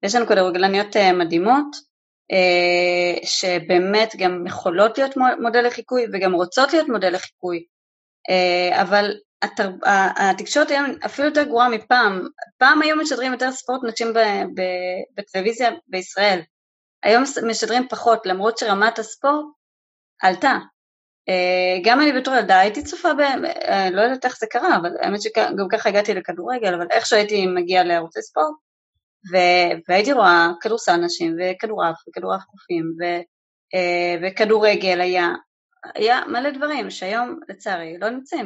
ויש לנו כדורגלניות מדהימות, שבאמת גם יכולות להיות מודל לחיקוי, וגם רוצות להיות מודל לחיקוי, אבל התקשורת היום אפילו יותר גרועה מפעם, פעם היום משדרים יותר ספורט נשים בטלוויזיה בישראל, היום משדרים פחות, למרות שרמת הספורט עלתה, גם אני בתור ילדה הייתי צופה, לא יודעת איך זה קרה, אבל האמת שגם ככה הגעתי לכדורגל, אבל איך שהייתי מגיעה לערוצי ספורט, והייתי רואה כדורסל נשים, וכדורעף חופים, וכדורגל היה מלא דברים, שהיום לצערי לא נמצאים.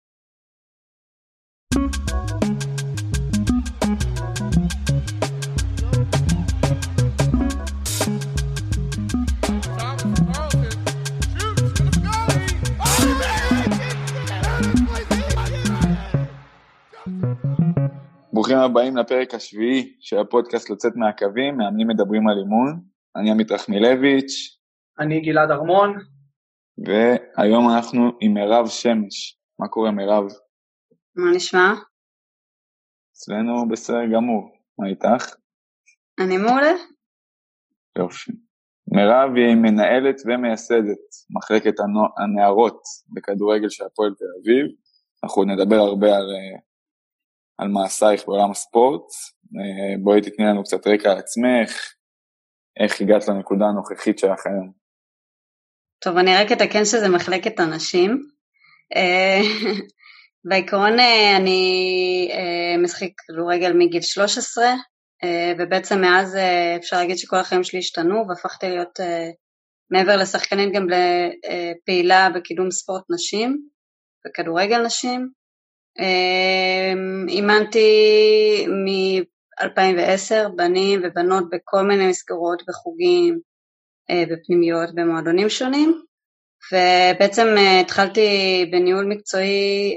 ברוכים הבאים לפרק השביעי של הפודקאסט לצאת מהקווים, מאמנים מדברים על אימון. אני עמית רחמילביץ'. אני גלעד ארמון. והיום אנחנו עם מירב שמש. מה קורה מירב? מה נשמע? אצלנו בסדר גמור. מה איתך? אני מעולה. יופי. מירב היא מנהלת ומייסדת מחלקת הנערות בכדורגל של הפועל תל אביב. אנחנו נדבר הרבה על מעשייך בעולם הספורט. בואי תתני לנו קצת רקע על עצמך, איך הגעת לנקודה הנוכחית שלך היום. טוב, אני רק אתקן שזה מחלקת הנשים. בעיקרון אני משחק כדורגל מגיל 13, ובעצם מאז אפשר להגיד שכל החיים שלי השתנו, והפכתי להיות מעבר לשחקנית גם לפעילה בקידום ספורט נשים, בכדורגל נשים. אימנתי מ-2010 בנים ובנות בכל מיני מסגרות וחוגים, בפנימיות, במועדונים שונים, ובעצם התחלתי בניהול מקצועי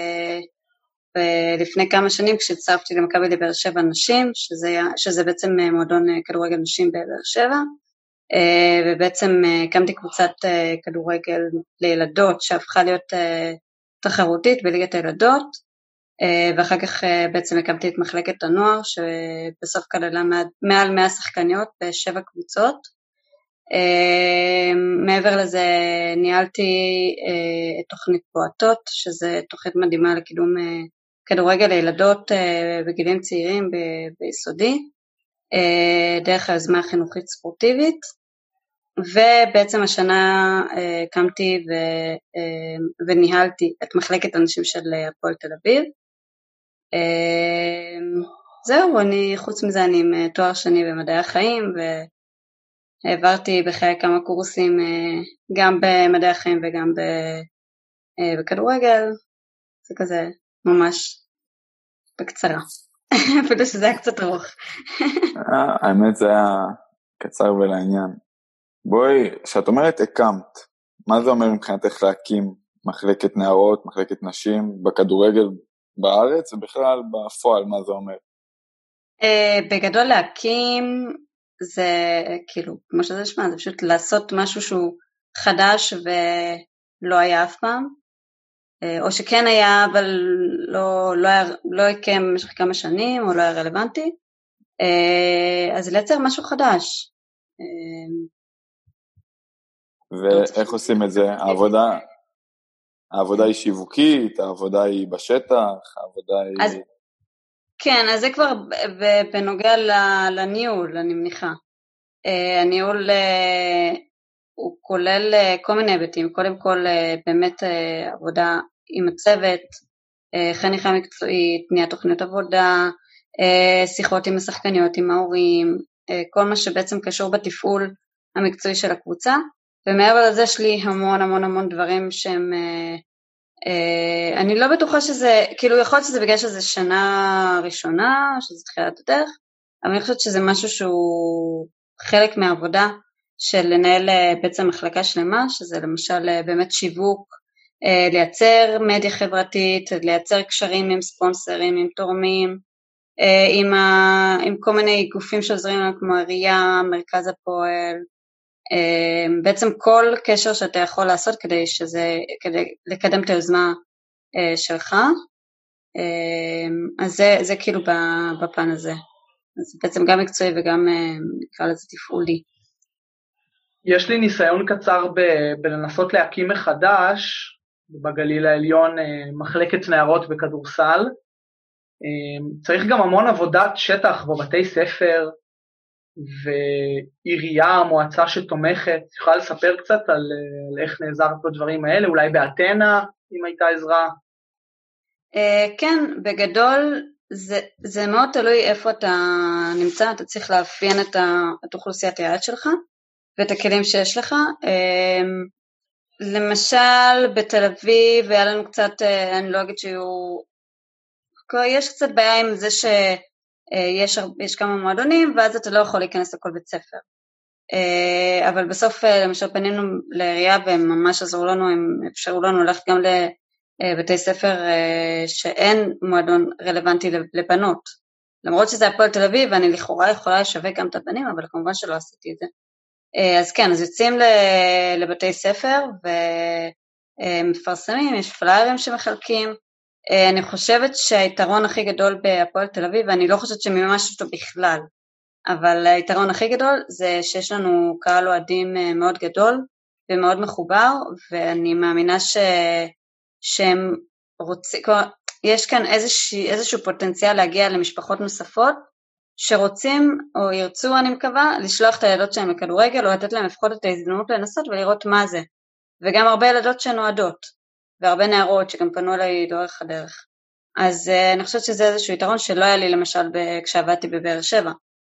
לפני כמה שנים כשהצטרפתי למכבי לבאר שבע נשים, שזה בעצם מועדון כדורגל נשים בבאר שבע, ובעצם הקמתי קבוצת כדורגל לילדות שהפכה להיות תחרותית בליגת הילדות, ואחר כך בעצם הקמתי את מחלקת הנוער, שבסוף כללה מעל 100 שחקניות ב7 קבוצות. מעבר לזה ניהלתי את תוכנית בועטות, שזה תוכנית מדהימה לקידום כדורגל לילדות בגילים צעירים ביסודי, דרך היוזמה החינוכית ספורטיבית, ובעצם השנה קמתי וניהלתי את מחלקת הנשים של הפועל תל אביב. זהו, חוץ מזה אני עם תואר שני במדעי החיים, והעברתי בחיי כמה קורסים גם במדעי החיים וגם בכדורגל, זה כזה ממש בקצרה, אפילו שזה היה קצת ארוך. האמת זה היה קצר ולעניין. בואי, שאת אומרת הקמת, מה זה אומר מבחינתך להקים מחלקת נערות, מחלקת נשים בכדורגל בארץ, ובכלל בפועל מה זה אומר? בגדול להקים זה כאילו, כמו שזה נשמע, זה פשוט לעשות משהו שהוא חדש ולא היה אף פעם, או שכן היה אבל לא הקם במשך כמה שנים או לא היה רלוונטי, אז לייצר משהו חדש. ואיך עושים את זה? העבודה היא שיווקית, העבודה היא בשטח, העבודה היא... כן, אז זה כבר בנוגע לניהול, אני מניחה. הניהול הוא כולל כל מיני היבטים, קודם כל באמת עבודה עם הצוות, חניכה מקצועית, בניית תוכניות עבודה, שיחות עם השחקניות, עם ההורים, כל מה שבעצם קשור בתפעול המקצועי של הקבוצה, ומעבר לזה יש לי המון המון המון דברים שהם, אני לא בטוחה שזה, כאילו יכול להיות שזה בגלל שזה שנה ראשונה, שזה תחילת הדרך, אבל אני חושבת שזה משהו שהוא חלק מהעבודה של לנהל בעצם מחלקה שלמה, שזה למשל באמת שיווק, לייצר מדיה חברתית, לייצר קשרים עם ספונסרים, עם תורמים, עם כל מיני גופים שעוזרים לנו כמו עירייה, מרכז הפועל, בעצם כל קשר שאתה יכול לעשות כדי לקדם את היוזמה שלך, אז זה כאילו בפן הזה. אז בעצם גם מקצועי וגם נקרא לזה תפעולי. יש לי ניסיון קצר בלנסות להקים מחדש, בגליל העליון, מחלקת נערות בכדורסל. צריך גם המון עבודת שטח בבתי ספר, ועירייה, מועצה שתומכת. יכולה לספר קצת על איך נעזרת בדברים האלה, אולי באתנה, אם הייתה עזרה? כן, בגדול זה מאוד תלוי איפה אתה נמצא, אתה צריך לאפיין את אוכלוסיית היעד שלך, ואת הכלים שיש לך. למשל בתל אביב היה לנו קצת, אני לא אגיד יש קצת בעיה עם זה שיש כמה מועדונים, ואז אתה לא יכול להיכנס לכל בית ספר. אבל בסוף למשל פנינו לעירייה והם ממש עזרו לנו, הם אפשרו לנו ללכת גם לבתי ספר שאין מועדון רלוונטי לבנות. למרות שזה הפועל תל אביב, ואני לכאורה יכולה לשווק גם את הבנים, אבל כמובן שלא עשיתי את זה. אז כן, אז יוצאים לבתי ספר ומפרסמים, יש פליירים שמחלקים. אני חושבת שהיתרון הכי גדול בהפועל תל אביב, ואני לא חושבת שממש אותו בכלל, אבל היתרון הכי גדול זה שיש לנו קהל אוהדים מאוד גדול ומאוד מחובר, ואני מאמינה שהם רוצים, יש כאן איזשהו פוטנציאל להגיע למשפחות נוספות, שרוצים או ירצו, אני מקווה, לשלוח את הילדות שלהם לכדורגל, או לתת להם לפחות את ההזדמנות לנסות ולראות מה זה. וגם הרבה ילדות שנועדות, והרבה נערות שגם פנו אליי דורך הדרך. אז אני חושבת שזה איזשהו יתרון שלא היה לי למשל כשעבדתי בבאר שבע.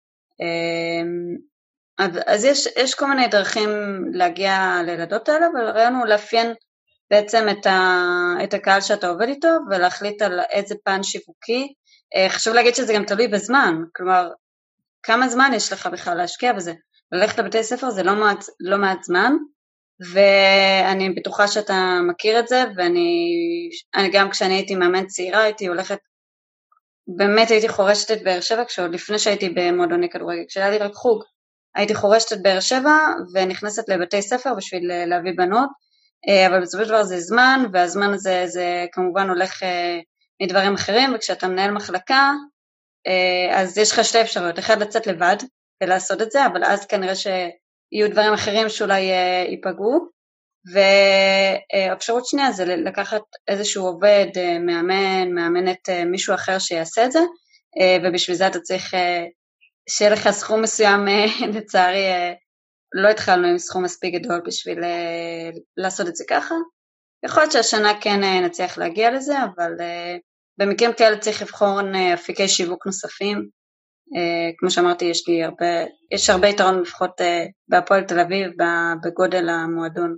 אז יש כל מיני דרכים להגיע לילדות האלה, אבל ראינו לאפיין בעצם את הקהל שאתה עובד איתו, ולהחליט על איזה פן שיווקי. חשוב להגיד שזה גם תלוי בזמן, כלומר, כמה זמן יש לך בכלל להשקיע בזה. ללכת לבתי ספר זה לא מעט זמן, ואני בטוחה שאתה מכיר את זה, ואני גם כשאני הייתי מאמן צעירה, באמת הייתי חורשת את באר שבע, כשעוד לפני שהייתי במועדוני כדורגל, כשהיה לי רק חוג, הייתי חורשת את באר שבע, ונכנסת לבתי ספר בשביל להביא בנות, אבל בסופו של דבר זה זמן, והזמן הזה זה כמובן הולך מדברים אחרים, וכשאתה מנהל מחלקה, אז יש לך שתי אפשרויות, אחד לצאת לבד ולעשות את זה, אבל אז כנראה שיהיו דברים אחרים שאולי ייפגעו, ואפשרות שנייה זה לקחת איזשהו עובד, מאמנת מישהו אחר שיעשה את זה, ובשביל זה אתה צריך שיהיה לך סכום מסוים, לצערי לא התחלנו עם סכום מספיק גדול בשביל לעשות את זה ככה, יכול להיות שהשנה כן נצליח להגיע לזה, אבל במקרים כאלה צריך לבחור אפיקי שיווק נוספים, כמו שאמרתי יש הרבה יתרון לפחות בהפועל תל אביב בגודל המועדון.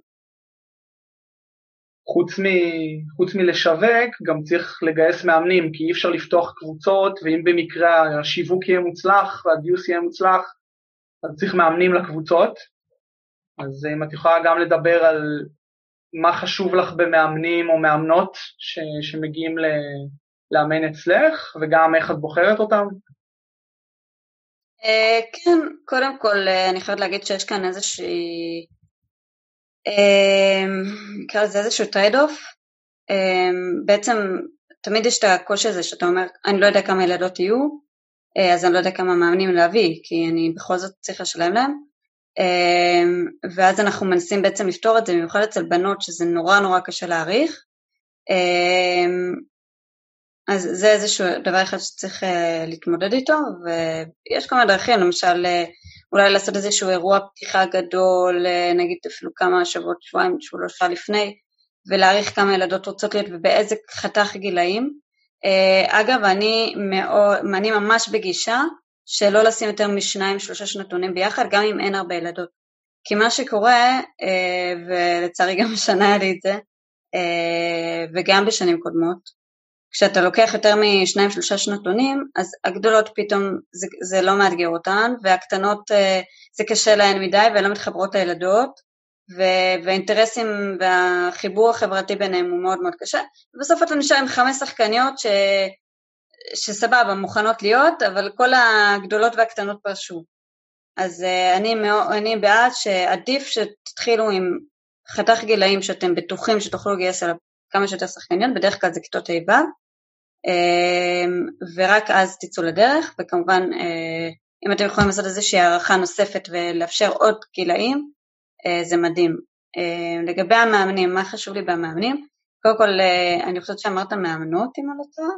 חוץ מלשווק, גם צריך לגייס מאמנים, כי אי אפשר לפתוח קבוצות, ואם במקרה השיווק יהיה מוצלח והגיוס יהיה מוצלח, אז צריך מאמנים לקבוצות. אז אם את יכולה גם לדבר על מה חשוב לך במאמנים או מאמנות שמגיעים לאמן אצלך, וגם איך את בוחרת אותם? כן, קודם כל אני חייבת להגיד שיש כאן נקרא לזה איזשהו טרייד-אוף, בעצם תמיד יש את הקושי הזה שאתה אומר, אני לא יודע כמה ילדות יהיו, אז אני לא יודע כמה מאמנים להביא, כי אני בכל זאת צריך לשלם להם, ואז אנחנו מנסים בעצם לפתור את זה, במיוחד אצל בנות שזה נורא נורא קשה להעריך, אז זה איזשהו דבר אחד שצריך להתמודד איתו, ויש כמה דרכים, למשל אולי לעשות איזשהו אירוע פתיחה גדול, נגיד אפילו כמה שבועות, שבועיים, שלושה לפני, ולהעריך כמה ילדות רוצות להיות ובאיזה חתך גילאים. אגב, אני ממש בגישה שלא לשים יותר מ2-3 שנתונים ביחד, גם אם אין הרבה ילדות. כי מה שקורה, ולצערי גם השנה היה לי את זה, וגם בשנים קודמות, כשאתה לוקח יותר מ2-3 שנתונים, אז הגדולות פתאום זה לא מאתגר אותן, והקטנות זה קשה להן מדי, ולא מתחברות הילדות, והאינטרסים והחיבור החברתי ביניהם הוא מאוד מאוד קשה, ובסוף אתה נשאר עם 5 שחקניות שסבבה, מוכנות להיות, אבל כל הגדולות והקטנות פרשו. אז אני בעד שעדיף שתתחילו עם חתך גילאים שאתם בטוחים שתוכלו לגייס עליו כמה שיותר שחקניות, בדרך כלל זה כיתות ה'-ו', ורק אז תצאו לדרך, וכמובן אם אתם יכולים לעשות איזושהי הערכה נוספת ולאפשר עוד גילאים, זה מדהים. לגבי המאמנים, מה חשוב לי במאמנים? קודם כל, אני חושבת שאמרת מאמנות עם הלטה,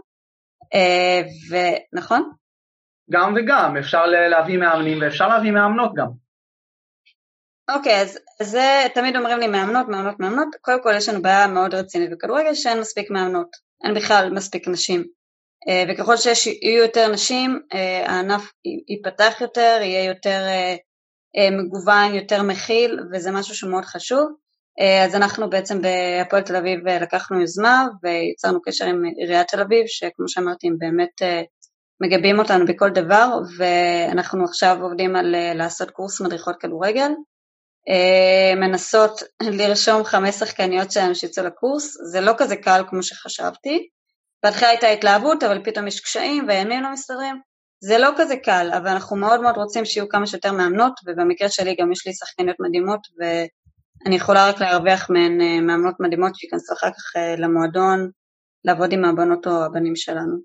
ונכון? גם וגם, אפשר להביא מאמנים ואפשר להביא מאמנות גם. אוקיי, אז זה תמיד אומרים לי מאמנות. קודם כל יש לנו בעיה מאוד רצינית בכדורגל שאין מספיק מאמנות, אין בכלל מספיק נשים. וככל שיהיו יותר נשים, הענף ייפתח יותר, יהיה יותר מגוון, יותר מכיל, וזה משהו שמאוד חשוב. אז אנחנו בעצם בהפועל תל אביב לקחנו יוזמה, ויצרנו קשר עם עיריית תל אביב, שכמו שאמרתי, הם באמת מגבים אותנו בכל דבר, ואנחנו עכשיו עובדים על לעשות קורס מדריכות כדורגל, מנסות לרשום 5 שחקניות שלנו שיצאו לקורס, זה לא כזה קל כמו שחשבתי, בהתחלה הייתה התלהבות, אבל פתאום יש קשיים והימים לא מסתדרים, זה לא כזה קל, אבל אנחנו מאוד מאוד רוצים שיהיו כמה שיותר מאמנות, ובמקרה שלי גם יש לי שחקניות מדהימות, ואני יכולה רק להרוויח מהן מאמנות מדהימות, שיכנסו אחר כך למועדון, לעבוד עם הבנות או הבנים שלנו.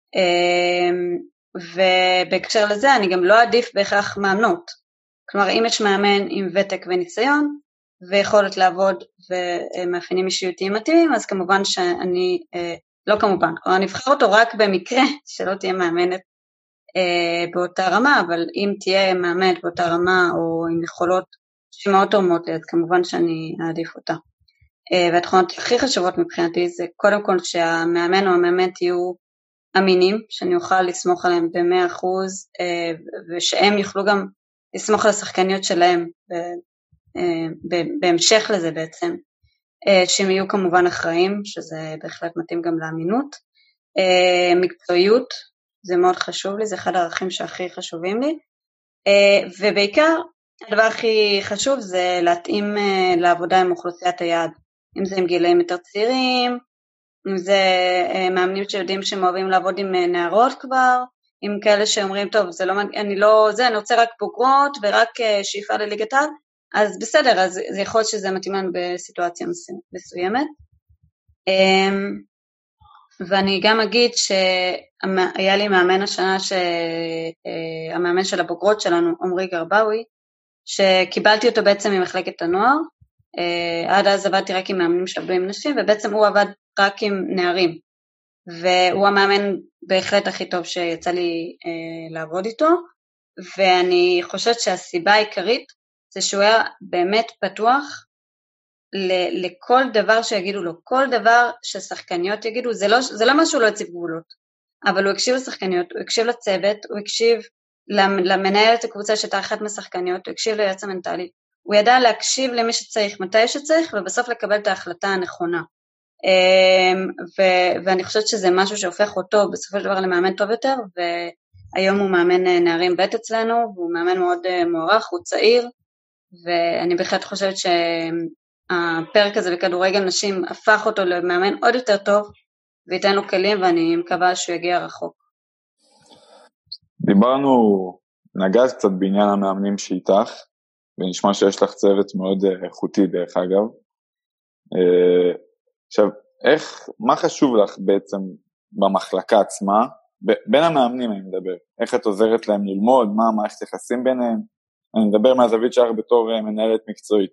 ובהקשר לזה אני גם לא עדיף בהכרח מאמנות, כלומר אם יש מאמן עם ותק וניסיון, ויכולת לעבוד ומאפיינים אישיותיים מתאימים, אז כמובן שאני, לא כמובן, אני אבחר אותו רק במקרה שלא תהיה מאמנת באותה רמה, אבל אם תהיה מאמנת באותה רמה או עם יכולות שמאוד תורמות לי, אז כמובן שאני אעדיף אותה. והתכונות הכי חשובות מבחינתי זה קודם כל שהמאמן או המאמנת יהיו אמינים, שאני אוכל לסמוך עליהם ב100%, ושהם יוכלו גם לסמוך על השחקניות שלהם בהמשך לזה בעצם, שהם יהיו כמובן אחראים, שזה בהחלט מתאים גם לאמינות. מקצועיות, זה מאוד חשוב לי, זה אחד הערכים שהכי חשובים לי, ובעיקר הדבר הכי חשוב זה להתאים לעבודה עם אוכלוסיית היעד, אם זה עם גילאים יותר צעירים, אם זה מאמנים שיודעים שהם אוהבים לעבוד עם נערות כבר, עם כאלה שאומרים, טוב, זה לא, אני רוצה רק בוגרות ורק שאיפה לליגת העל, אז בסדר, אז זה יכול להיות שזה מתאים לנו בסיטואציה מסוימת. ואני גם אגיד שהיה לי מאמן השנה, המאמן של הבוגרות שלנו, עומרי גרבאוי, שקיבלתי אותו בעצם ממחלקת הנוער, עד אז עבדתי רק עם מאמנים שעבדו נשים, ובעצם הוא עבד רק עם נערים, והוא המאמן בהחלט הכי טוב שיצא לי לעבוד איתו, ואני חושבת שהסיבה העיקרית זה שהוא היה באמת פתוח לכל דבר שיגידו לו, כל דבר ששחקניות יגידו, זה לא משהו לא הציב גבולות, אבל הוא הקשיב לשחקניות, הוא הקשיב לצוות, הוא הקשיב למנהלת הקבוצה שהייתה אחת מהשחקניות, הוא הקשיב ליועץ המנטלי, הוא ידע להקשיב למי שצריך, מתי שצריך, ובסוף לקבל את ההחלטה הנכונה. ואני חושבת שזה משהו שהופך אותו בסופו של דבר למאמן טוב יותר, והיום הוא מאמן נערים ב' אצלנו, והוא מאמן מאוד מוערך, הוא צעיר, ואני בהחלט חושבת שהפרק הזה בכדורגל נשים הפך אותו למאמן עוד יותר טוב, וייתן לו כלים, ואני מקווה שהוא יגיע רחוק. נגעת קצת בעניין המאמנים שאיתך, ונשמע שיש לך צוות מאוד איכותי דרך אגב. עכשיו, מה חשוב לך בעצם במחלקה עצמה, בין המאמנים אני מדבר, איך את עוזרת להם ללמוד, מה המערכת יחסים ביניהם, אני מדבר מהזווית שלך בתור מנהלת מקצועית,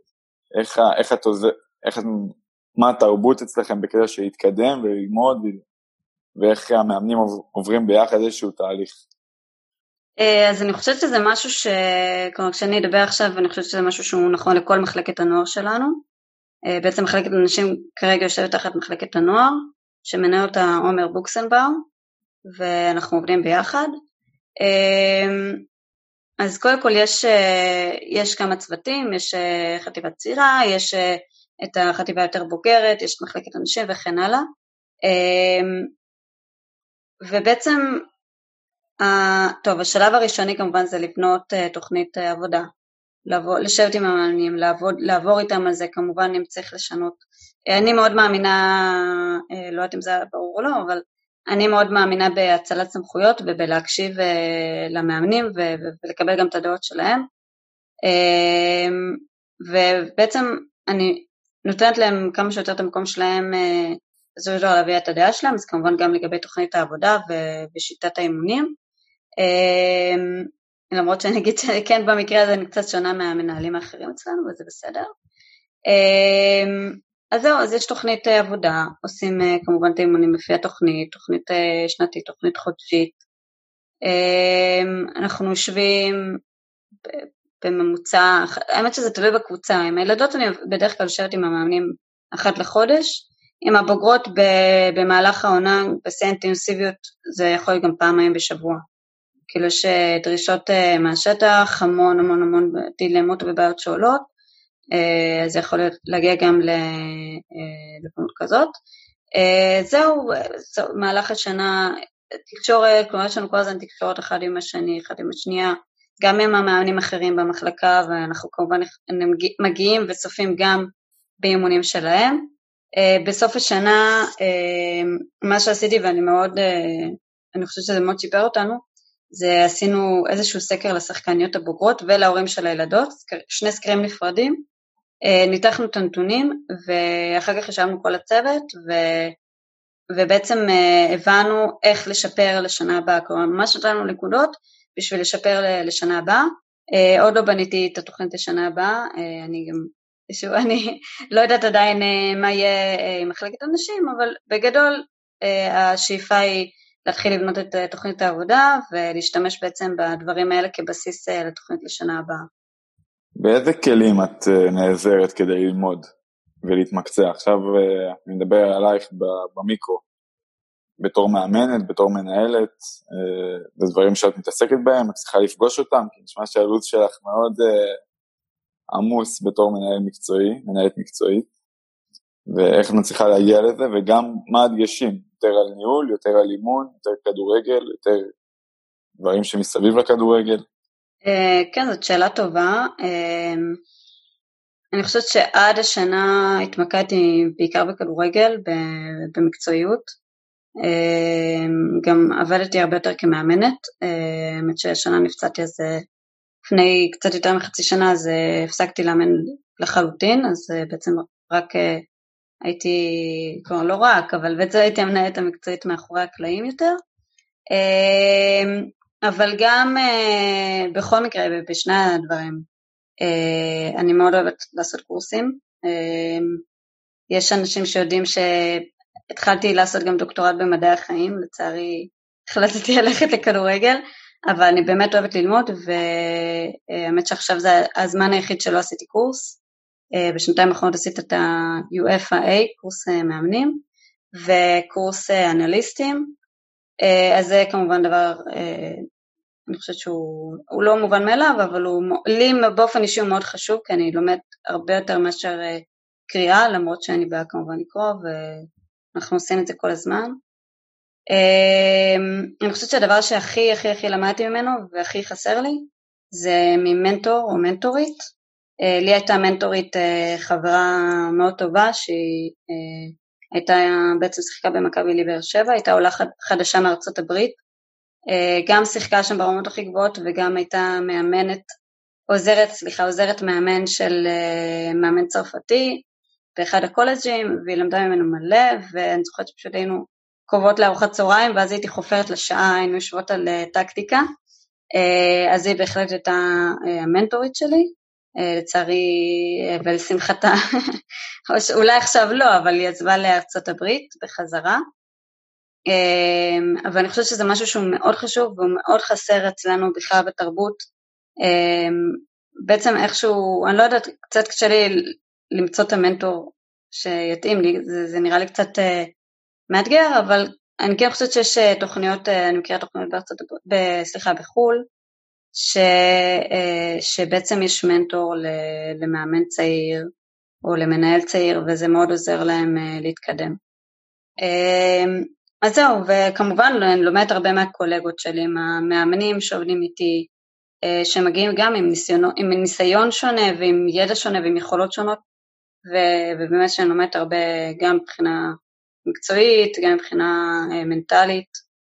מה התרבות אצלכם בקטע שיתקדם וללמוד, ואיך המאמנים עוברים ביחד איזשהו תהליך. אז אני חושבת שזה משהו כלומר כשאני אדבר עכשיו, אני חושבת שזה משהו שהוא נכון לכל מחלקת הנוער שלנו, בעצם מחלקת הנשים כרגע יושבת תחת מחלקת הנוער, שמנהל אותה עומר בוקסנבאום, ואנחנו עובדים ביחד. אז קודם כל יש כמה צוותים, יש חטיבת צעירה, יש את החטיבה יותר בוגרת, יש את מחלקת הנשים וכן הלאה. ובעצם, טוב, השלב הראשוני כמובן זה לבנות תוכנית עבודה, לשבת עם המאמנים, לעבור איתם על זה, כמובן אם צריך לשנות. אני מאוד מאמינה, לא יודעת אם זה ברור או לא, אבל אני מאוד מאמינה בהצלת סמכויות ובלהקשיב למאמנים ולקבל גם את הדעות שלהם. ובעצם אני נותנת להם כמה שיותר את המקום שלהם, זה לא להביא את הדעה שלהם, אז כמובן גם לגבי תוכנית העבודה ושיטת האימונים. למרות שאני אגיד שכן במקרה הזה אני קצת שונה מהמנהלים האחרים אצלנו, וזה בסדר. אז זהו, אז יש תוכנית עבודה, עושים כמובן את האימונים לפי התוכנית, תוכנית שנתית, תוכנית חודשית. אנחנו יושבים בממוצע, האמת שזה תלוי בקבוצה, עם הילדות אני בדרך כלל יושבת עם המאמנים אחת לחודש, עם הבוגרות במהלך העונה, בשיא האינטנסיביות, זה יכול גם פעמיים בשבוע. כאילו שדרישות מהשטח, המון המון המון דילמות ובעיות שעולות, אז זה יכול להגיע גם לפעולות כזאת. זהו, מהלך השנה, תקשורת, כלומר יש לנו כל הזמן תקשורת אחד עם השני, אחד עם השנייה, גם עם המאמנים אחרים במחלקה, ואנחנו כמובן מגיעים וסופים גם באימונים שלהם. בסוף השנה, מה שעשיתי, ואני מאוד, אני חושבת שזה מאוד שיפר אותנו, זה עשינו איזשהו סקר לשחקניות הבוגרות ולהורים של הילדות, שני סקרים נפרדים, ניתחנו את הנתונים, ואחר כך ישבנו כל הצוות, ובעצם הבנו איך לשפר לשנה הבאה, כלומר ממש נתנו נקודות בשביל לשפר לשנה הבאה, עוד לא בניתי את התוכנית לשנה הבאה, אני לא יודעת עדיין מה יהיה עם מחלקת אנשים, אבל בגדול השאיפה היא להתחיל לבנות את תוכנית העבודה, ולהשתמש בעצם בדברים האלה כבסיס לתוכנית לשנה הבאה. באיזה כלים את נעזרת כדי ללמוד ולהתמקצע? עכשיו אני מדבר עלייך במיקרו, בתור מאמנת, בתור מנהלת, זה דברים שאת מתעסקת בהם, את צריכה לפגוש אותם, כי נשמע שהלו"ז שלך מאוד עמוס בתור מנהלת מקצועית, ואיך את צריכה להגיע לזה, וגם מה הדגשים, יותר על ניהול, יותר על אימון, יותר כדורגל, יותר דברים שמסביב לכדורגל? כן, זאת שאלה טובה. אני חושבת שעד השנה התמקדתי בעיקר בכדורגל, במקצועיות, גם עבדתי הרבה יותר כמאמנת, האמת שהשנה נפצעתי אז לפני קצת יותר מחצי שנה, אז הפסקתי לאמן לחלוטין, אז בעצם רק הייתי, כלומר לא רק, אבל בעצם הייתי המנהלת המקצועית מאחורי הקלעים יותר, אבל גם בכל מקרה, בשני הדברים, אני מאוד אוהבת לעשות קורסים, יש אנשים שיודעים שהתחלתי לעשות גם דוקטורט במדעי החיים, לצערי החלטתי ללכת לכדורגל, אבל אני באמת אוהבת ללמוד, והאמת שעכשיו זה הזמן היחיד שלא עשיתי קורס, בשנתיים האחרונות עשית את ה-UFA, קורס מאמנים, וקורס אנליסטים, אז זה כמובן דבר, אני חושבת שהוא לא מובן מאליו, אבל לי באופן אישי הוא מאוד חשוב, כי אני לומד הרבה יותר מאשר קריאה, למרות שאני באה כמובן לקרוא, ואנחנו עושים את זה כל הזמן. אני חושבת שהדבר שהכי הכי הכי למדתי ממנו, והכי חסר לי, זה ממנטור או מנטורית. לי הייתה מנטורית חברה מאוד טובה, שהיא הייתה בעצם שיחקה במכבי לבאר שבע, הייתה עולה חדשה מארצות הברית, גם שיחקה שם ברמות הכי גבוהות, וגם הייתה עוזרת מאמן של מאמן צרפתי, באחד הקולג'ים, והיא למדה ממנו מלא, ואני זוכרת שפשוט היינו קובעות לארוחת צהריים, ואז הייתי חופרת לשעה, היינו יושבות על טקטיקה, אז היא בהחלט הייתה המנטורית שלי, לצערי ולשמחתה, אולי עכשיו לא, אבל היא עזבה לארצות הברית בחזרה, אבל אני חושבת שזה משהו שהוא מאוד חשוב, והוא מאוד חסר אצלנו בכלל בתרבות, בעצם איכשהו, אני לא יודעת, קצת קשה לי למצוא את המנטור שיתאים לי, זה נראה לי קצת מאתגר, אבל אני כן חושבת שיש תוכניות, אני מכירה תוכניות בחול, שבעצם יש מנטור למאמן צעיר, או למנהל צעיר, וזה מאוד עוזר להם להתקדם. אז זהו, וכמובן אני לומדת הרבה מהקולגות שלי, עם המאמנים שעובדים איתי, שמגיעים גם עם ניסיון שונה, ועם ידע שונה, ועם יכולות שונות, ובאמת שאני לומדת הרבה גם מבחינה מקצועית, גם מבחינה מנטלית.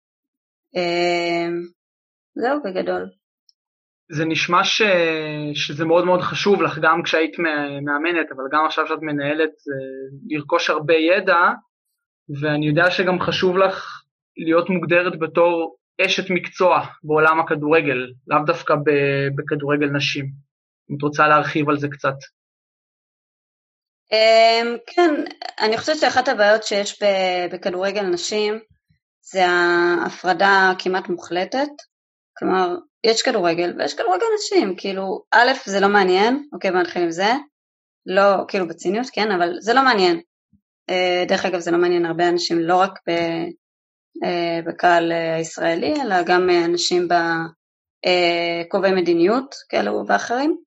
זהו בגדול. זה נשמע שזה מאוד מאוד חשוב לך, גם כשהיית מאמנת, אבל גם עכשיו שאת מנהלת, לרכוש הרבה ידע, ואני יודע שגם חשוב לך להיות מוגדרת בתור אשת מקצוע בעולם הכדורגל, לאו דווקא בכדורגל נשים. אם את רוצה להרחיב על זה קצת. כן, אני חושבת שאחת הבעיות שיש בכדורגל נשים, זה ההפרדה כמעט מוחלטת, כלומר, יש כדורגל ויש כדורגל נשים, כאילו, א', זה לא מעניין, אוקיי, בוא נתחיל עם זה, לא, כאילו בציניות, כן, אבל זה לא מעניין. דרך אגב, זה לא מעניין הרבה אנשים, לא רק בקהל הישראלי, אלא גם אנשים בקובעי מדיניות, כאלו ואחרים.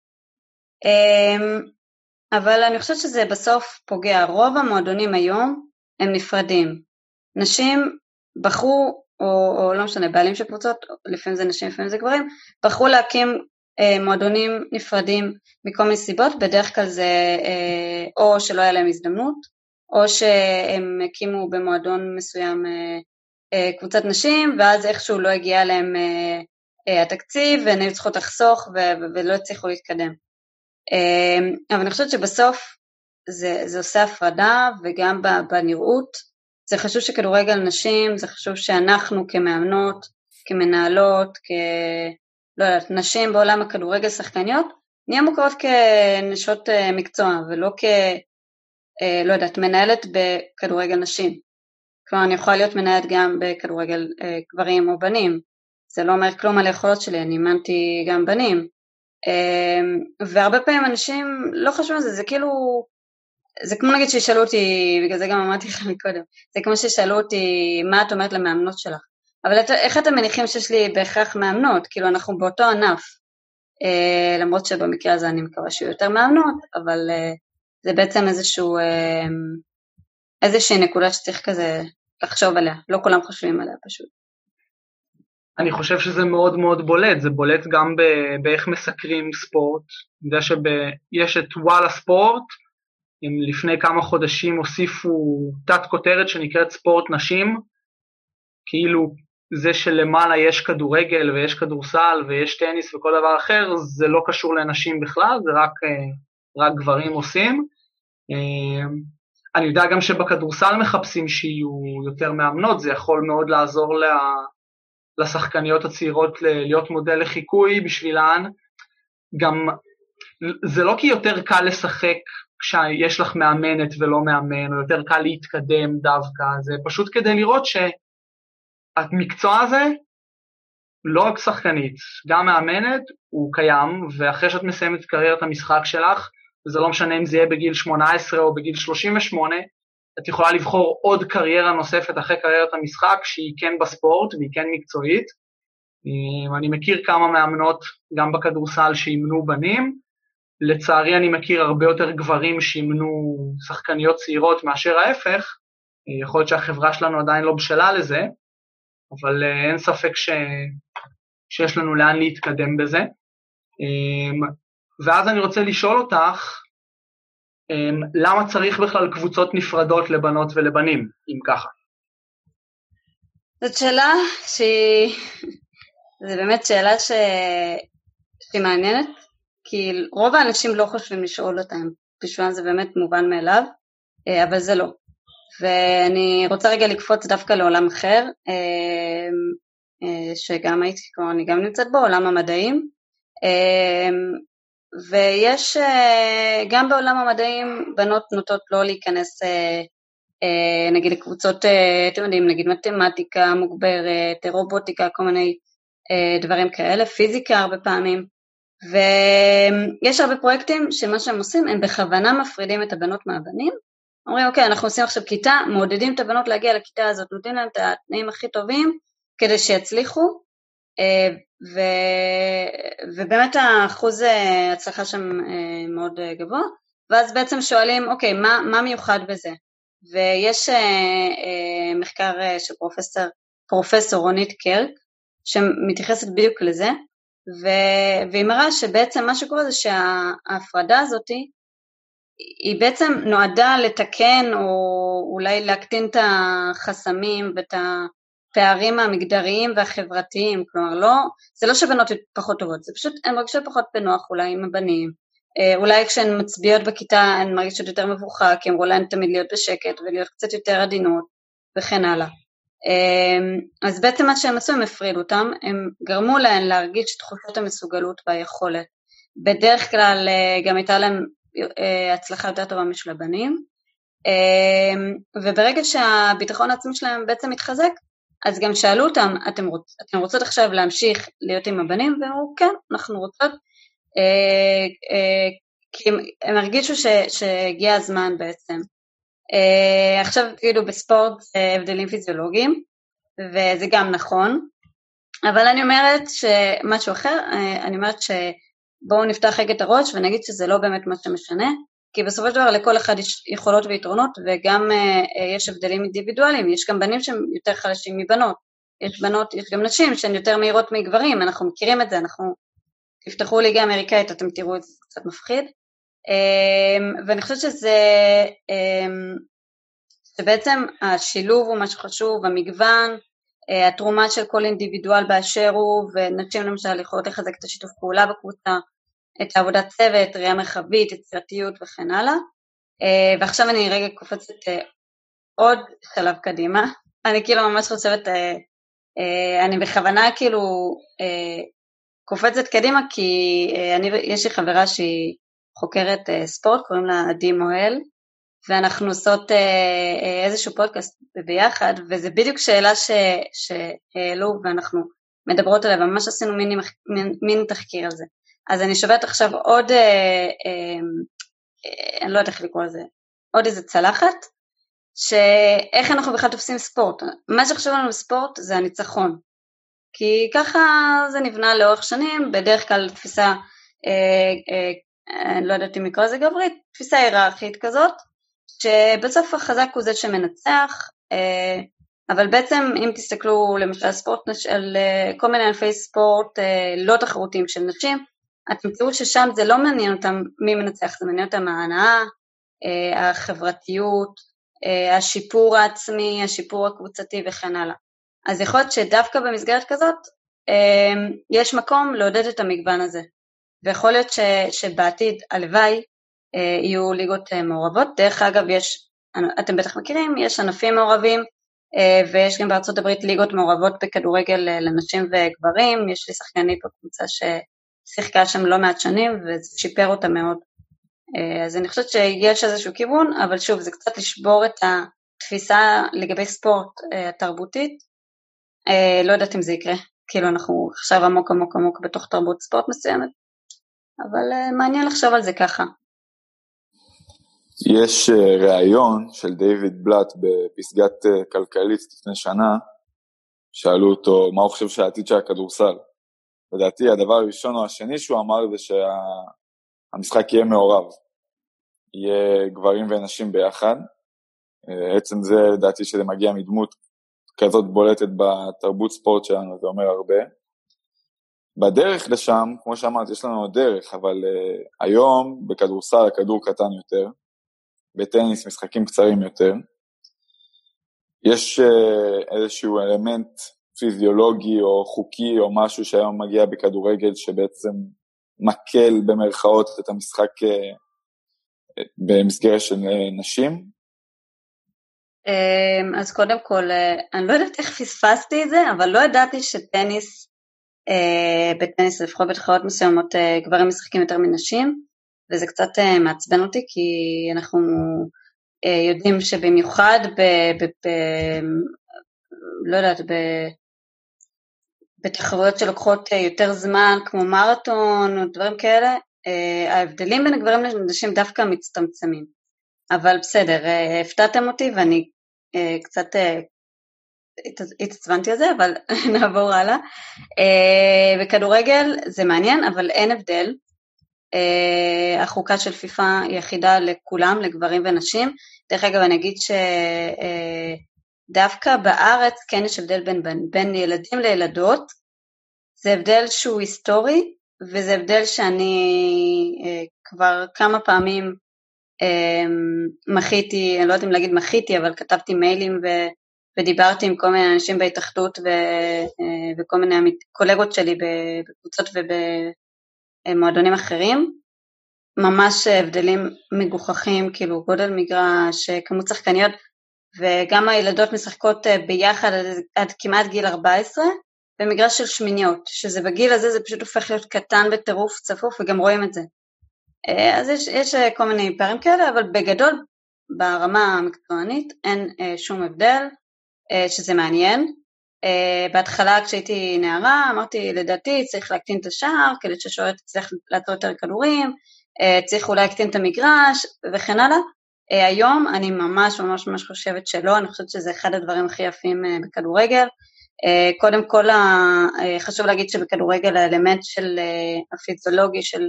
אבל אני חושבת שזה בסוף פוגע. רוב המועדונים היום הם נפרדים. נשים בחרו, או לא משנה, בעלים של קבוצות, לפעמים זה נשים, לפעמים זה גברים, בחרו להקים מועדונים נפרדים מכל מיני סיבות, בדרך כלל זה או שלא היה להם הזדמנות, או שהם הקימו במועדון מסוים קבוצת נשים, ואז איכשהו לא הגיע להם התקציב, והם היו צריכות לחסוך ולא הצליחו להתקדם. אבל אני חושבת שבסוף זה עושה הפרדה, וגם בנראות, זה חשוב שכדורגל נשים, זה חשוב שאנחנו כמאמנות, כמנהלות, לא יודעת, נשים בעולם הכדורגל שחקניות, נהיה מוכרות כנשות מקצוע, ולא לא יודעת, מנהלת בכדורגל נשים. כלומר, אני יכולה להיות מנהלת גם בכדורגל גברים או בנים, זה לא אומר כלום על היכולות שלי, אני אימנתי גם בנים, והרבה פעמים אנשים לא חושבים על זה, זה כאילו, זה כמו נגיד שישאלו אותי, בגלל זה גם אמרתי לך מקודם, זה כמו שישאלו אותי מה את אומרת למאמנות שלך, אבל איך אתם מניחים שיש לי בהכרח מאמנות, כאילו אנחנו באותו ענף, למרות שבמקרה הזה אני מקווה שיהיו יותר מאמנות, אבל זה בעצם איזושהי נקודה שצריך כזה לחשוב עליה, לא כולם חושבים עליה פשוט. אני חושב שזה מאוד מאוד בולט, זה בולט גם באיך מסקרים ספורט, אני יודע שיש את וואלה ספורט, הם לפני כמה חודשים הוסיפו תת כותרת שנקראת ספורט נשים, כאילו זה שלמעלה יש כדורגל ויש כדורסל ויש טניס וכל דבר אחר, זה לא קשור לנשים בכלל, זה רק גברים עושים. אני יודע גם שבכדורסל מחפשים שיהיו יותר מאמנות, זה יכול מאוד לעזור לשחקניות הצעירות להיות מודל לחיקוי בשבילן, גם זה לא כי יותר קל לשחק כשיש לך מאמנת ולא מאמן, או יותר קל להתקדם דווקא, זה פשוט כדי לראות שהמקצוע הזה, לא רק שחקנית, גם מאמנת, הוא קיים, ואחרי שאת מסיימת את קריירת המשחק שלך, וזה לא משנה אם זה יהיה בגיל 18 או בגיל 38, את יכולה לבחור עוד קריירה נוספת אחרי קריירת המשחק, שהיא כן בספורט והיא כן מקצועית. אני מכיר כמה מאמנות גם בכדורסל שימנו בנים, לצערי אני מכיר הרבה יותר גברים שימנו שחקניות צעירות מאשר ההפך, יכול להיות שהחברה שלנו עדיין לא בשלה לזה, אבל אין ספק שיש לנו לאן להתקדם בזה. ואז אני רוצה לשאול אותך, למה צריך בכלל קבוצות נפרדות לבנות ולבנים, אם ככה? זאת שאלה זה באמת שאלה שהיא מעניינת, כי רוב האנשים לא חושבים לשאול אותם, בשביל זה באמת מובן מאליו, אבל זה לא. ואני רוצה רגע לקפוץ דווקא לעולם אחר, שגם הייתי, כמו אני גם נמצאת בו, עולם המדעים, ויש גם בעולם המדעים בנות נוטות לא להיכנס נגיד לקבוצות, אתם יודעים, נגיד מתמטיקה מוגברת, רובוטיקה, כל מיני דברים כאלה, פיזיקה הרבה פעמים, ויש הרבה פרויקטים שמה שהם עושים, הם בכוונה מפרידים את הבנות מהבנים, אומרים אוקיי, אנחנו עושים עכשיו כיתה, מעודדים את הבנות להגיע לכיתה הזאת, נותנים להם את התנאים הכי טובים, כדי שיצליחו, ובאמת האחוז הצלחה שם מאוד גבוה, ואז בעצם שואלים, אוקיי, מה מיוחד בזה? ויש מחקר של פרופסור רונית קרק, שמתייחסת בדיוק לזה, והיא מראה שבעצם מה שקורה זה שההפרדה הזאת, היא בעצם נועדה לתקן, או אולי להקטין את החסמים ואת הפערים המגדריים והחברתיים, כלומר זה לא שבנות פחות טובות, זה פשוט הן מרגישות פחות בנוח אולי עם הבנים, אולי כשהן מצביעות בכיתה הן מרגישות יותר מבוכה, כי אמרו להן תמיד להיות בשקט ולהיות קצת יותר עדינות וכן הלאה. אז בעצם מה שהם עשו, הם הפרידו אותם, הם גרמו להן להרגיש תחושת המסוגלות והיכולת. בדרך כלל גם הייתה להם הצלחה יותר טובה משל הבנים, וברגע שהביטחון העצמי שלהם בעצם מתחזק, אז גם שאלו אותם, אתם רוצות עכשיו להמשיך להיות עם הבנים? והם אמרו, כן, אנחנו רוצות, כי הם הרגישו שהגיע הזמן בעצם. עכשיו כאילו בספורט הבדלים פיזיולוגיים, וזה גם נכון, אבל אני אומרת שמשהו אחר, אני אומרת שבואו נפתח רגע את הראש ונגיד שזה לא באמת מה שמשנה, כי בסופו של דבר לכל אחד יש יכולות ויתרונות, וגם יש הבדלים אינדיבידואליים, יש גם בנים שהם יותר חלשים מבנות, יש גם נשים שהן יותר מהירות מגברים, אנחנו מכירים את זה, תפתחו ליגה אמריקאית, אתם תראו את זה קצת מפחיד, ואני חושבת שבעצם השילוב הוא משהו חשוב, המגוון, התרומה של כל אינדיבידואל באשר הוא, ונשים למשל יכולות לחזק את השיתוף פעולה בקבוצה, את העבודת צוות, ראייה מרחבית, יצירתיות וכן הלאה. ועכשיו אני רגע קופצת עוד שלב קדימה, אני כאילו ממש חושבת, אני בכוונה כאילו קופצת קדימה, כי יש לי חברה שהיא חוקרת ספורט, קוראים לה עדי מוהל, ואנחנו עושות איזשהו פודקאסט ביחד, וזה בדיוק שאלה שהעלו, ואנחנו מדברות עליה, וממש עשינו מין תחקיר על זה. אז אני שווית עכשיו עוד, אני לא יודעת איך לקרוא לזה, עוד איזה צלחת, שאיך אנחנו בכלל תופסים ספורט. מה שחשוב לנו בספורט זה הניצחון, כי ככה זה נבנה לאורך שנים, בדרך כלל תפיסה, אני לא יודעת אם לקרוא לזה גברית, תפיסה היררכית כזאת, שבסוף החזק הוא זה שמנצח, אבל בעצם אם תסתכלו למשל ספורט, על כל מיני ענפי ספורט לא תחרותיים של נשים, אתם תראו ששם זה לא מעניין אותם מי מנצח, זה מעניין אותם ההנאה, החברתיות, השיפור העצמי, השיפור הקבוצתי וכן הלאה. אז יכול להיות שדווקא במסגרת כזאת, יש מקום לעודד את המגוון הזה, ויכול להיות שבעתיד הלוואי יהיו ליגות מעורבות. דרך אגב, אתם בטח מכירים, יש ענפים מעורבים, ויש גם בארצות הברית ליגות מעורבות בכדורגל לנשים וגברים, יש לי שחקנית בקבוצה ששיחקה שם לא מעט שנים, וזה שיפר אותה מאוד. אז אני חושבת שיש איזשהו כיוון, אבל שוב, זה קצת לשבור את התפיסה לגבי ספורט התרבותית, לא יודעת אם זה יקרה, כאילו אנחנו עכשיו עמוק עמוק עמוק בתוך תרבות ספורט מסוימת, אבל מעניין לחשוב על זה ככה. יש ראיון של דיוויד בלאט בפסגת כלכליסט לפני שנה, שאלו אותו מה הוא חושב שהעתיד של הכדורסל. לדעתי הדבר הראשון או השני שהוא אמר זה שהמשחק יהיה מעורב, יהיה גברים ונשים ביחד. עצם זה לדעתי שזה מגיע מדמות כזאת בולטת בתרבות ספורט שלנו, זה אומר הרבה. בדרך לשם, כמו שאמרת, יש לנו דרך, אבל היום בכדורסל הכדור קטן יותר, בטניס משחקים קצרים יותר, יש איזשהו אלמנט פיזיולוגי או חוקי או משהו שהיום מגיע בכדורגל שבעצם מקל במרכאות את המשחק במסגרת של נשים? אז קודם כל, אני לא יודעת איך פספסתי את זה, אבל לא ידעתי שטניס, בטניס לפחות בתחרות מסוימות גברים משחקים יותר מנשים, וזה קצת מעצבן אותי, כי אנחנו יודעים שבמיוחד לא יודעת, בתחרויות שלוקחות יותר זמן, כמו מרתון או דברים כאלה, ההבדלים בין הגברים לנשים דווקא מצטמצמים. אבל בסדר, הפתעתם אותי ואני קצת התעצבנתי על זה, אבל נעבור הלאה. בכדורגל זה מעניין, אבל אין הבדל. החוקה של פיפה היא יחידה לכולם, לגברים ונשים. דרך אגב, אני אגיד שדווקא בארץ כן יש הבדל בין ילדים לילדות. זה הבדל שהוא היסטורי, וזה הבדל שאני כבר כמה פעמים מחיתי, אני לא יודעת אם להגיד מחיתי, אבל כתבתי מיילים ודיברתי עם כל מיני אנשים בהתאחדות וכל מיני קולגות שלי בקבוצות ובמועדונים אחרים, ממש הבדלים מגוחכים, כאילו גודל מגרש, כמות שחקניות, וגם הילדות משחקות ביחד עד כמעט גיל 14, במגרש של שמיניות, שזה בגיל הזה זה פשוט הופך להיות קטן בטירוף צפוף, וגם רואים את זה. אז יש כל מיני פערים כאלה, אבל בגדול, ברמה המקצוענית, אין שום הבדל, שזה מעניין. בהתחלה כשהייתי נערה, אמרתי לדעתי צריך להקטין את השער, כדי שהשוער תצטרך לעצור יותר כדורים, צריך אולי להקטין את המגרש, וכן הלאה. היום אני ממש חושבת שלא, אני חושבת שזה אחד הדברים הכי יפים בכדורגל. קודם כל חשוב להגיד שבכדורגל האלמנט של הפיזיולוגי של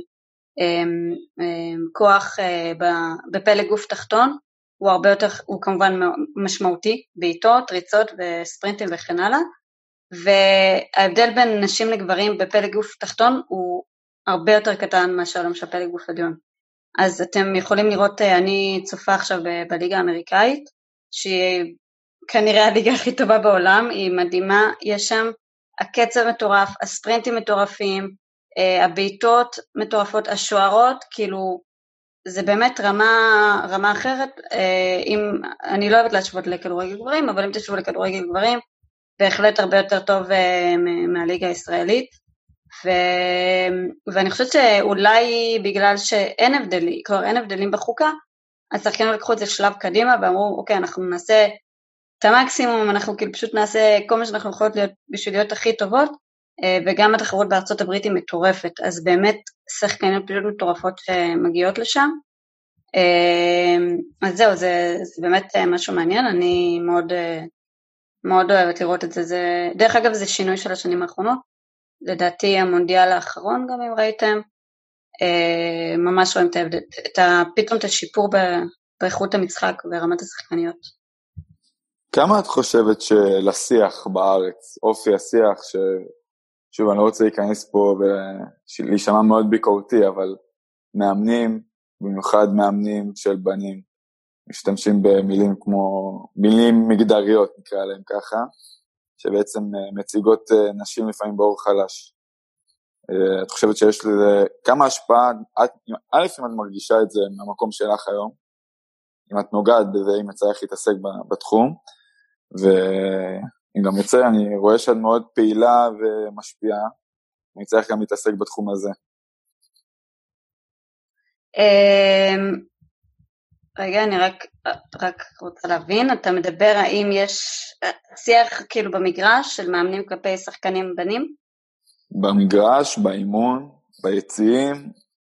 כוח בפלג גוף תחתון, הוא הרבה יותר, הוא כמובן משמעותי, בעיטות, ריצות וספרינטים וכן הלאה, וההבדל בין נשים לגברים בפלג גוף תחתון הוא הרבה יותר קטן מאשר למשל פלג גוף עליון. אז אתם יכולים לראות, אני צופה עכשיו בליגה האמריקאית, שהיא כנראה הליגה הכי טובה בעולם, היא מדהימה, יש שם הקצב מטורף, הספרינטים מטורפים, הבעיטות מטורפות, השוערות, כאילו זה באמת רמה אחרת. אני לא אוהבת להשוות לכדורגל גברים, אבל אם תשוו לכדורגל גברים, בהחלט הרבה יותר טוב מהליגה הישראלית, ואני חושבת שאולי בגלל שאין הבדלים, כבר אין הבדלים בחוקה, השחקנים לקחו את זה שלב קדימה, ואמרו, אוקיי, אנחנו נעשה את המקסימום, אנחנו כאילו פשוט נעשה כל מה שאנחנו יכולות להיות בשביל להיות הכי טובות, וגם התחרות בארצות הברית היא מטורפת, אז באמת שחקנים פשוט מטורפות שמגיעות לשם. אז זהו, זה באמת משהו מעניין, אני מאוד אוהבת לראות את זה. דרך אגב זה שינוי של השנים האחרונות, לדעתי המונדיאל האחרון גם אם ראיתם, ממש רואים פתאום את השיפור באיכות המשחק ורמת השחקניות. כמה את חושבת שלשיח בארץ, אופי השיח, שוב אני לא רוצה להיכנס פה ולהישמע מאוד ביקורתי, אבל מאמנים, במיוחד מאמנים של בנים, משתמשים במילים כמו, מילים מגדריות נקרא להם ככה, שבעצם מציגות נשים לפעמים באור חלש. את חושבת שיש לזה כמה השפעה, א' אם את מרגישה את זה מהמקום שלך היום, אם את נוגעת בזה, אם את צריך להתעסק בתחום, ואם גם יצא, אני רואה שאת מאוד פעילה ומשפיעה, אני צריך גם להתעסק בתחום הזה. רגע, אני רק רוצה להבין, אתה מדבר האם יש שיח כאילו במגרש של מאמנים כלפי שחקנים בנים? במגרש, באימון, ביציעים,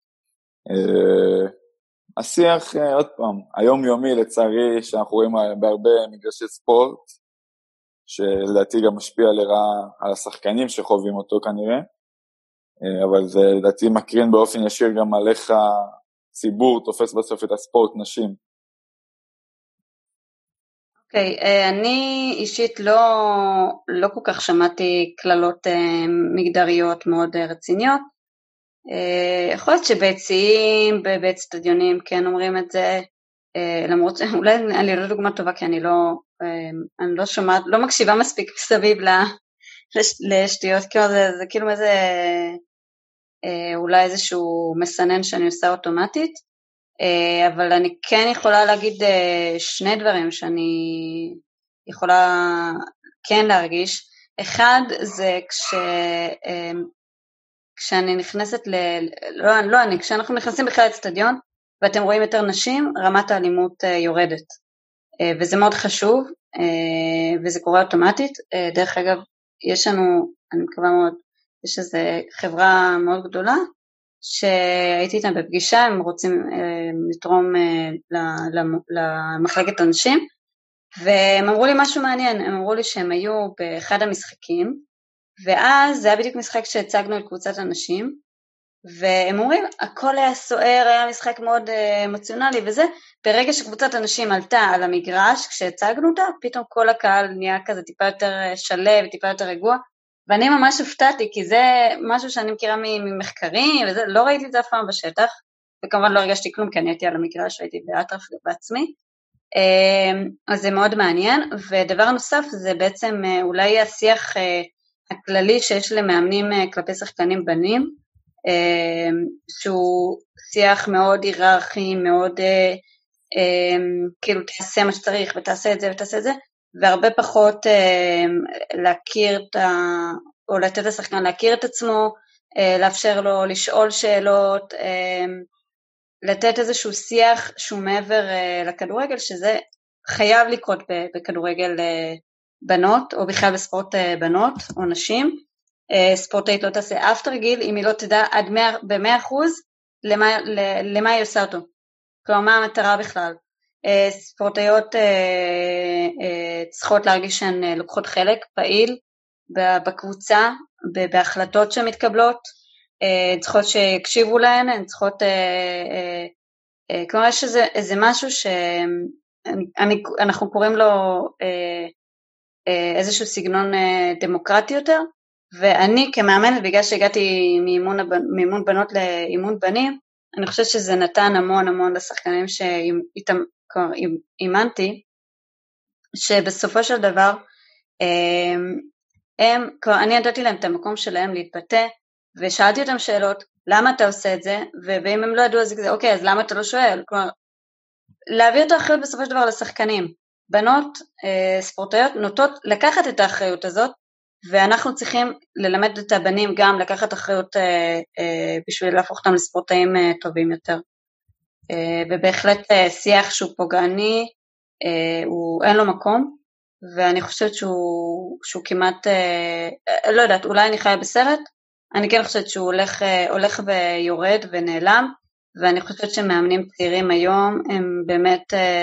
השיח, עוד פעם, היום-יומי לצערי, שאנחנו רואים בהרבה מגרשי ספורט, שלדעתי גם משפיע לרעה על השחקנים שחווים אותו כנראה, אבל זה לדעתי מקרין באופן ישיר גם על איך הציבור תופס בסוף את הספורט נשים. אוקיי, אני אישית לא כל כך שמעתי כללות מגדריות מאוד רציניות, יכול להיות שביציעים, בבית סטדיונים כן אומרים את זה, למרות שאולי אני לא דוגמה טובה כי אני לא שומעת, לא מקשיבה מספיק מסביב לשטויות, כאילו זה כאילו איזה, אולי איזשהו מסנן שאני עושה אוטומטית, אבל אני כן יכולה להגיד שני דברים שאני יכולה כן להרגיש. אחד זה כשאני נכנסת כשאנחנו נכנסים בכלל לסטדיון ואתם רואים יותר נשים, רמת האלימות יורדת, וזה מאוד חשוב, וזה קורה אוטומטית. דרך אגב, יש לנו, אני מקווה מאוד, יש איזו חברה מאוד גדולה, שהייתי איתם בפגישה, הם רוצים לתרום למחלקת אנשים, והם אמרו לי משהו מעניין, הם אמרו לי שהם היו באחד המשחקים, ואז זה היה בדיוק משחק שהצגנו את קבוצת אנשים, והם אומרים, הכל היה סוער, היה משחק מאוד אמוציונלי וזה, ברגע שקבוצת אנשים עלתה על המגרש, כשהצגנו אותה, פתאום כל הקהל נהיה כזה טיפה יותר שלב, טיפה יותר רגוע, ואני ממש הופתעתי, כי זה משהו שאני מכירה ממחקרים, וזה, לא ראיתי את זה אף פעם בשטח, וכמובן לא הרגשתי כלום, כי אני הייתי על המגרש, הייתי באטרף בעצמי, אז זה מאוד מעניין. ודבר נוסף, זה בעצם אולי השיח הכללי שיש למאמנים כלפי שחקנים בנים, שהוא שיח מאוד היררכי, מאוד כאילו תעשה מה שצריך ותעשה את זה ותעשה את זה, והרבה פחות להכיר או לתת לשחקן להכיר את עצמו, לאפשר לו לשאול שאלות, לתת איזשהו שיח שהוא מעבר לכדורגל, שזה חייב לקרות בכדורגל בנות, או בכלל בספורט בנות או נשים. ספורטאית לא תעשה אף תרגיל, אם היא לא תדע ב-100% למה היא עושה אותו. כלומר, מה המטרה בכלל? ספורטאיות צריכות להרגיש שהן לוקחות חלק פעיל בקבוצה, בהחלטות שמתקבלות, צריכות שיקשיבו להן, הן צריכות, כלומר יש איזה משהו שאנחנו קוראים לו איזשהו סגנון דמוקרטי יותר, ואני כמאמנת, בגלל שהגעתי מאימון בנות לאימון בנים, אני חושבת שזה נתן המון לשחקנים שאיתם אימנתי, שבסופו של דבר, אני נתתי להם את המקום שלהם להתבטא, ושאלתי אותם שאלות, למה אתה עושה את זה, ואם הם לא ידעו אז אוקיי, אז למה אתה לא שואל? כלומר, להעביר את האחריות בסופו של דבר לשחקנים. בנות, ספורטאיות, נוטות לקחת את האחריות הזאת, ואנחנו צריכים ללמד את הבנים גם לקחת אחריות בשביל להפוך אותם לספורטאים טובים יותר. ובהחלט שיח שהוא פוגעני, אין לו מקום, ואני חושבת שהוא כמעט, לא יודעת, אולי אני חיה בסרט, אני כן חושבת שהוא הולך ויורד ונעלם, ואני חושבת שמאמנים צעירים היום הם באמת,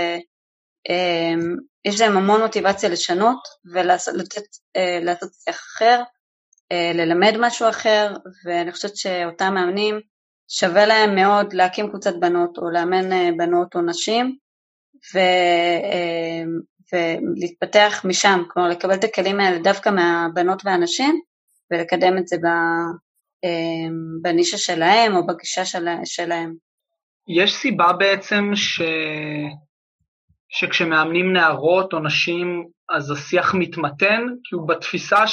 יש להם המון מוטיבציה לשנות ולעשות שיח אחר, ללמד משהו אחר, ואני חושבת שאותם מאמנים שווה להם מאוד להקים קבוצת בנות או לאמן בנות או נשים, ולהתפתח משם, כלומר לקבל את הכלים האלה דווקא מהבנות והנשים, ולקדם את זה בנישה שלהם או בגישה שלהם. יש סיבה בעצם שכשמאמנים נערות או נשים, אז השיח מתמתן, כי הוא בתפיסה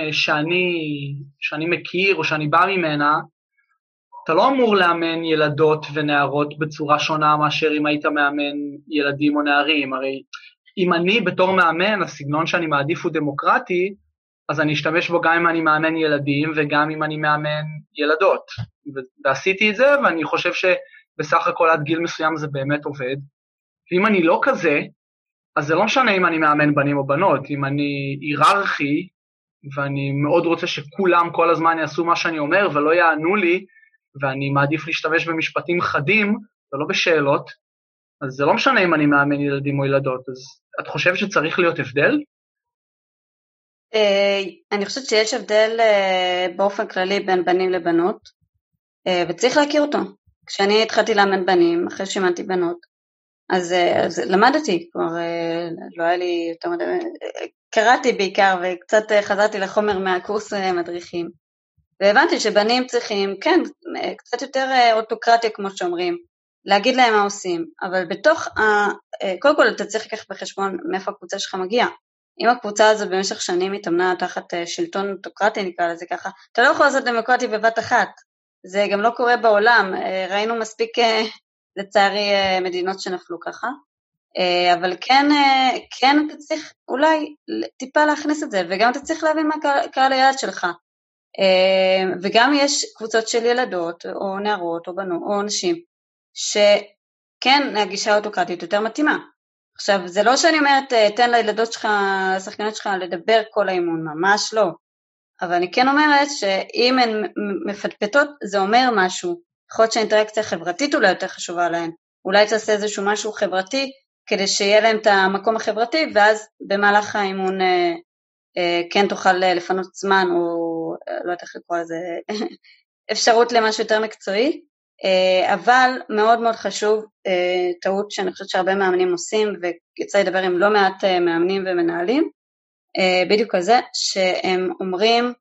שאני מכיר או שאני בא ממנה, אתה לא אמור לאמן ילדות ונערות בצורה שונה מאשר אם היית מאמן ילדים או נערים, הרי אם אני בתור מאמן, הסגנון שאני מעדיף הוא דמוקרטי, אז אני אשתמש בו גם אם אני מאמן ילדים וגם אם אני מאמן ילדות, ועשיתי את זה ואני חושב שבסך הכל עד גיל מסוים זה באמת עובד, ואם אני לא כזה, אז זה לא משנה אם אני מאמן בנים או בנות, אם אני היררכי, ואני מאוד רוצה שכולם כל הזמן יעשו מה שאני אומר ולא יענו לי, ואני מעדיף להשתמש במשפטים חדים ולא בשאלות, אז זה לא משנה אם אני מאמן ילדים או ילדות, אז את חושבת שצריך להיות הבדל? אני חושבת שיש הבדל באופן כללי בין בנים לבנות, וצריך להכיר אותו. כשאני התחלתי לאמן בנים, אחרי שאימנתי בנות, אז למדתי, כבר לא היה לי יותר מדי, קראתי בעיקר וקצת חזרתי לחומר מהקורס מדריכים, והבנתי שבנים צריכים, כן, קצת יותר אוטוקרטיה כמו שאומרים, להגיד להם מה עושים, אבל בתוך, קודם כל אתה צריך לקחת בחשבון מאיפה הקבוצה שלך מגיעה. אם הקבוצה הזו במשך שנים התאמנה תחת שלטון אוטוקרטי, נקרא לזה ככה, אתה לא יכול לעשות דמוקרטי בבת אחת, זה גם לא קורה בעולם, ראינו מספיק לצערי מדינות שנפלו ככה, אבל כן אתה צריך אולי טיפה להכניס את זה, וגם אתה צריך להבין מה קהל היעד שלך, וגם יש קבוצות של ילדות או נערות או בנות או נשים, שכן הגישה האוטוקרטית יותר מתאימה. עכשיו זה לא שאני אומרת תן לילדות שלך, לשחקנות שלך לדבר כל האימון, ממש לא, אבל אני כן אומרת שאם הן מפטפטות זה אומר משהו, יכול להיות שהאינטראקציה החברתית אולי יותר חשובה להן, אולי תעשה איזשהו משהו חברתי כדי שיהיה להם את המקום החברתי, ואז במהלך האימון כן תוכל לפנות זמן או לא יודעת איך לקרוא לזה אפשרות למשהו יותר מקצועי, אבל מאוד מאוד חשוב, טעות שאני חושבת שהרבה מאמנים עושים, ויצא לדבר עם לא מעט מאמנים ומנהלים, בדיוק כזה, שהם אומרים,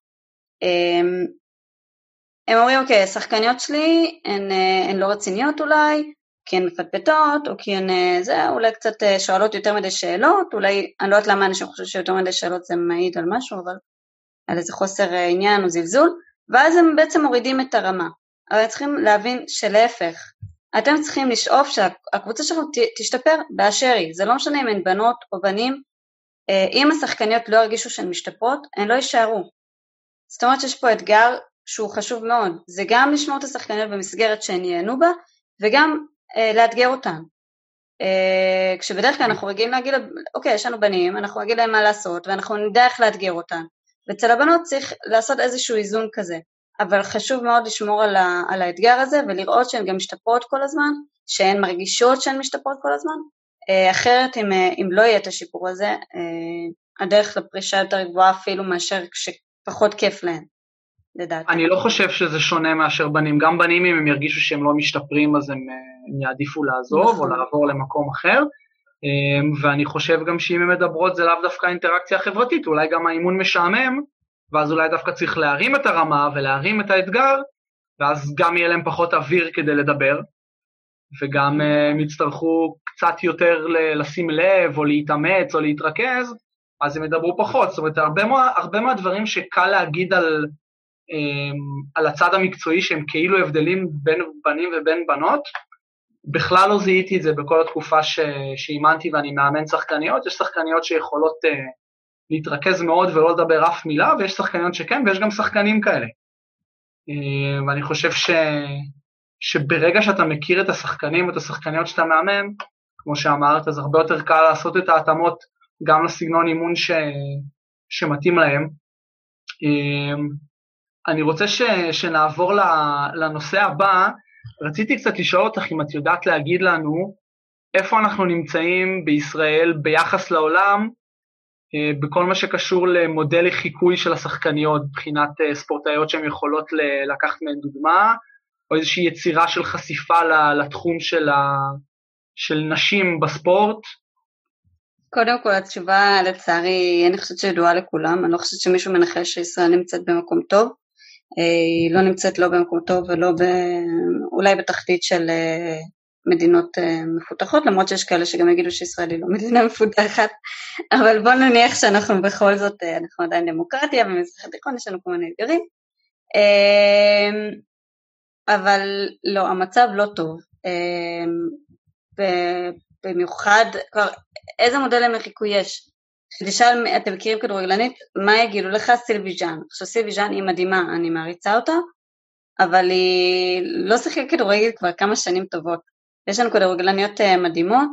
אוקיי, השחקניות שלי הן לא רציניות אולי, כי הן מפטפטות, או כי הן אולי קצת שואלות יותר מדי שאלות, אולי, אני לא יודעת למה אנשים חושבים שיותר מדי שאלות זה מעיד על משהו, אבל על איזה חוסר עניין או זלזול, ואז הם בעצם מורידים את הרמה. אבל צריכים להבין שלהפך, אתם צריכים לשאוף שהקבוצה שלנו תשתפר באשר היא, זה לא משנה אם הן בנות או בנים, אם השחקניות לא הרגישו שהן משתפרות, הן לא יישארו. זאת אומרת שיש פה אתגר שהוא חשוב מאוד, זה גם לשמור את השחקניות במסגרת שהן ייהנו בה, וגם לאתגר אותן. כשבדרך כלל אנחנו רגילים להגיד, אוקיי, יש לנו בנים, אנחנו נגיד להם מה לעשות, ואנחנו נדע איך לאתגר אותן. ואצל הבנות צריך לעשות איזשהו איזון כזה, אבל חשוב מאוד לשמור על האתגר הזה, ולראות שהן גם משתפרות כל הזמן, שהן מרגישות שהן משתפרות כל הזמן, אחרת אם לא יהיה את השיפור הזה, הדרך לפרישה יותר גבוהה אפילו מאשר כשפחות כיף להן, לדעתי. אני לא חושב שזה שונה מאשר בנים, גם בנים אם הם ירגישו שהם לא משתפרים, אז הם יעדיפו לעזוב או לעבור למקום אחר, ואני חושב גם שאם הם מדברות זה לאו דווקא אינטראקציה חברתית, אולי גם האימון משעמם, ואז אולי דווקא צריך להרים את הרמה ולהרים את האתגר, ואז גם יהיה להם פחות אוויר כדי לדבר, וגם הם יצטרכו קצת יותר לשים לב או להתאמץ או להתרכז, אז הם ידברו פחות. זאת אומרת, הרבה מהדברים שקל להגיד על הצד המקצועי שהם כאילו הבדלים בין בנים ובין בנות, בכלל לא זיהיתי את זה בכל התקופה שאימנתי ואני מאמן שחקניות. יש שחקניות שיכולות להתרכז מאוד ולא לדבר אף מילה, ויש שחקניות שכן, ויש גם שחקנים כאלה. ואני חושב שברגע שאתה מכיר את השחקנים ואת השחקניות שאתה מאמן, כמו שאמרת, אז הרבה יותר קל לעשות את ההתאמות גם לסגנון אימון שמתאים להם. אני רוצה שנעבור לנושא הבא. רציתי קצת לשאול אותך אם את יודעת להגיד לנו איפה אנחנו נמצאים בישראל ביחס לעולם, בכל מה שקשור למודל חיקוי של השחקניות, מבחינת ספורטאיות שהן יכולות לקחת מהן דוגמה, או איזושהי יצירה של חשיפה לתחום של נשים בספורט. קודם כל התשובה לצערי, אני חושבת שידועה לכולם, אני לא חושבת שמישהו מנחש שישראל נמצאת במקום טוב, היא לא נמצאת לא במקום טוב ולא אולי בתחתית של מדינות מפותחות, למרות שיש כאלה שגם יגידו שישראל היא לא מדינה מפותחת, אבל בוא נניח שאנחנו בכל זאת, אנחנו עדיין דמוקרטיה, במזרח התיכון יש לנו כל מיני אתגרים, אבל לא, המצב לא טוב, במיוחד, כבר איזה מודלים לחיקוי יש? כשתשאל, אתם מכירים כדורגלנית, מה יגידו לך? סילבי ז'אן. עכשיו סילבי ז'אן היא מדהימה, אני מעריצה אותה, אבל היא לא שיחקה כדורגל כבר כמה שנים טובות. יש לנו כדורגלניות מדהימות,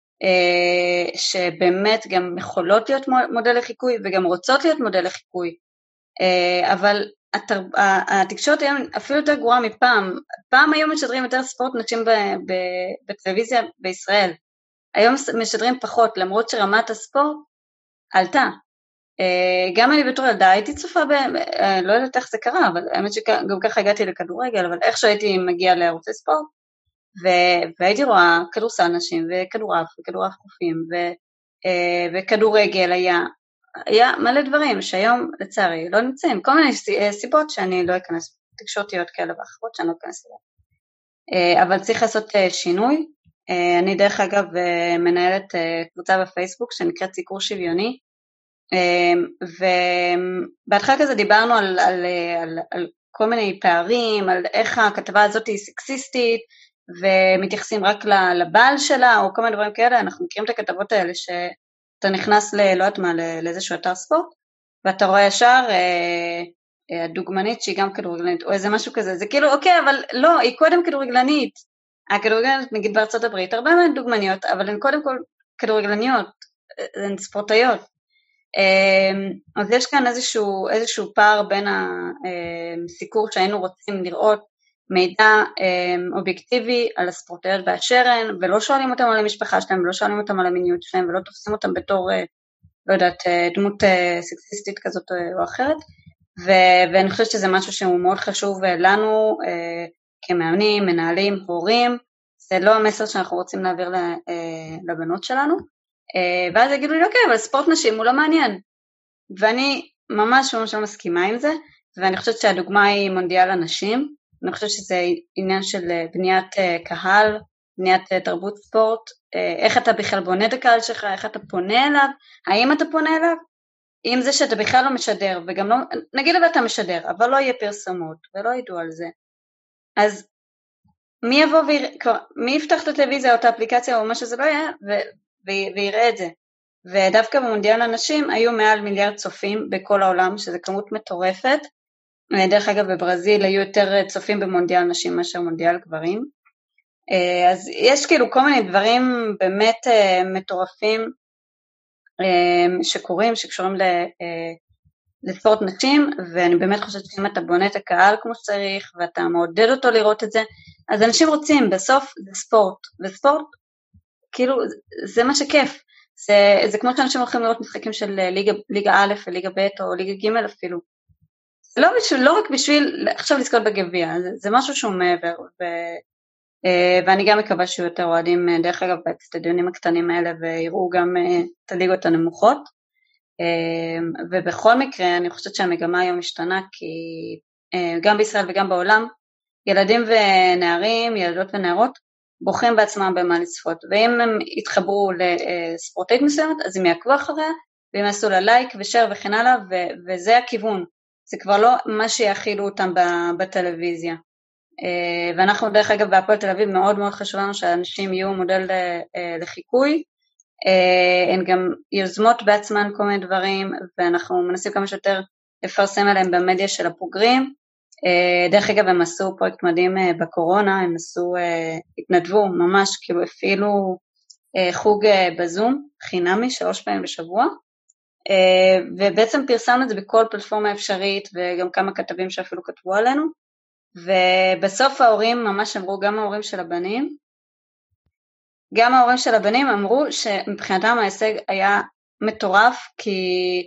שבאמת גם יכולות להיות מודל לחיקוי, וגם רוצות להיות מודל לחיקוי, אבל התקשורת היום אפילו יותר גרועה מפעם. פעם היום משדרים יותר ספורט נשים בטלוויזיה בישראל. היום משדרים פחות, למרות שרמת הספורט עלתה. גם אני בתור ילדה הייתי צופה, לא יודעת איך זה קרה, אבל האמת שגם ככה הגעתי לכדורגל, אבל איך שהייתי מגיעה לערוצי ספורט, והייתי רואה כדורסל נשים וכדורעף וכדורעף חופים, וכדורגל היה מלא דברים שהיום לצערי לא נמצאים, כל מיני סיבות שאני לא אכנס, תקשורתיות כאלה ואחרות שאני לא אכנס אליהן. אבל צריך לעשות שינוי. אני דרך אגב מנהלת קבוצה בפייסבוק שנקראת סיקור שוויוני, ובהתחלה כזה דיברנו על כל מיני פערים, על איך הכתבה הזאת היא סקסיסטית, ומתייחסים רק לבעל שלה, או כל מיני דברים כאלה. אנחנו מכירים את הכתבות האלה שאתה נכנס לא יודעת מה, לאיזשהו אתר ספורט, ואתה רואה ישר הדוגמנית שהיא גם כדורגלנית, או איזה משהו כזה, זה כאילו אוקיי, אבל לא, היא קודם כדורגלנית, הכדורגלנית נגיד בארצות הברית, הרבה מהן דוגמניות, אבל הן קודם כל כדורגלניות, הן ספורטאיות, אז יש כאן איזשהו פער בין הסיקור שהיינו רוצים לראות, מידע אובייקטיבי על הספורטאיות באשר הן, ולא שואלים אותם על המשפחה שלהם, ולא שואלים אותם על המיניות שלהם, ולא תופסים אותם בתור, לא יודעת, דמות סקסיסטית כזאת או אחרת, ואני חושבת שזה משהו שהוא מאוד חשוב לנו, כמאמנים, מנהלים, הורים, זה לא המסר שאנחנו רוצים להעביר לבנות שלנו, ואז יגידו לי, אוקיי, אבל ספורט נשים הוא לא מעניין, ואני ממש לא מסכימה עם זה, ואני חושבת שהדוגמה היא מונדיאל הנשים, אני חושבת שזה עניין של בניית קהל, בניית תרבות ספורט, איך אתה בכלל בונה את הקהל שלך, איך אתה פונה אליו, האם אתה פונה אליו, אם זה שאתה בכלל לא משדר, וגם לא, נגיד אבל אתה משדר, אבל לא יהיה פרסומות, ולא ידעו על זה, אז מי יבוא מי יפתח את הטלוויזיה או את האפליקציה או מה שזה לא יהיה, ויראה את זה. ודווקא במונדיאל הנשים היו מעל מיליארד צופים בכל העולם, שזה כמות מטורפת. דרך אגב, בברזיל היו יותר צופים במונדיאל נשים מאשר מונדיאל גברים. אז יש כאילו כל מיני דברים באמת מטורפים שקורים, שקשורים לספורט נשים, ואני באמת חושבת שאם אתה בונה את הקהל כמו שצריך, ואתה מעודד אותו לראות את זה, אז אנשים רוצים, בסוף זה ספורט, וספורט, כאילו, זה מה שכיף. זה כמו שאנשים הולכים לראות משחקים של ליגה א' וליגה ב' או ליגה ג' אפילו. לא רק בשביל עכשיו לזכות בגביע, זה משהו שהוא מעבר, ואני גם מקווה שיהיו יותר אוהדים, דרך אגב, באצטדיונים הקטנים האלה, ויראו גם את הליגות הנמוכות, ובכל מקרה אני חושבת שהמגמה היום משתנה, כי גם בישראל וגם בעולם, ילדים ונערים, ילדות ונערות, בוחרים בעצמם במה לצפות, ואם הם יתחברו לספורטאית מסוימת, אז הם יעקבו אחריה, והם יעשו לה לייק ושאר וכן הלאה, וזה הכיוון, זה כבר לא מה שיאכילו אותם בטלוויזיה. ואנחנו דרך אגב בהפועל תל אביב מאוד מאוד חשוב לנו שאנשים יהיו מודל לחיקוי, הן גם יוזמות בעצמן כל מיני דברים, ואנחנו מנסים כמה שיותר לפרסם עליהם במדיה של הבוגרים. דרך אגב הם עשו פרויקט מדהים בקורונה, הם התנדבו ממש, כאילו הפעילו חוג בזום חינמי 3 פעמים בשבוע, ובעצם פרסמנו את זה בכל פלטפורמה אפשרית, וגם כמה כתבים שאפילו כתבו עלינו, ובסוף ההורים ממש אמרו, גם ההורים של הבנים אמרו שמבחינתם ההישג היה מטורף, כי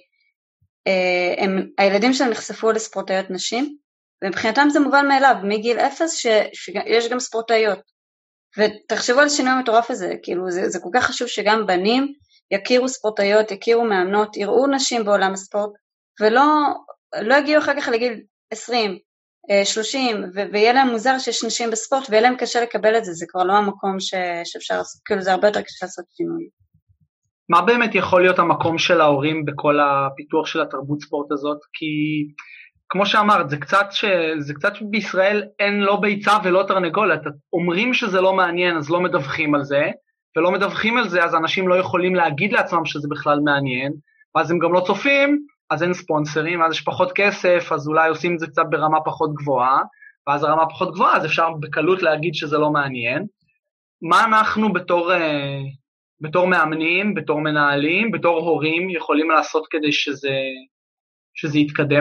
הילדים שלהם נחשפו לספורטאיות נשים, ומבחינתם זה מובן מאליו, מגיל 0 שיש גם ספורטאיות, ותחשבו על שינוי המטורף הזה, כאילו זה כל כך חשוב שגם בנים יכירו ספורטאיות, יכירו מאמנות, יראו נשים בעולם הספורט, ולא יגיעו אחר כך לגיל 20, 30, ויהיה להם מוזר שיש נשים בספורט, ויהיה להם קשה לקבל את זה, זה כבר לא המקום שאפשר לעשות, כאילו זה הרבה יותר קשה לעשות שינוי. מה באמת יכול להיות המקום של ההורים בכל הפיתוח של התרבות ספורט הזאת? כי כמו שאמרת, זה קצת בישראל אין לא ביצה ולא תרנגולת, אומרים שזה לא מעניין אז לא מדווחים על זה, ולא מדווחים על זה אז אנשים לא יכולים להגיד לעצמם שזה בכלל מעניין, ואז הם גם לא צופים, אז אין ספונסרים, אז יש פחות כסף, אז אולי עושים את זה קצת ברמה פחות גבוהה, ואז הרמה פחות גבוהה, אז אפשר בקלות להגיד שזה לא מעניין. מה אנחנו בתור מאמנים, בתור מנהלים, בתור הורים, יכולים לעשות כדי שזה יתקדם?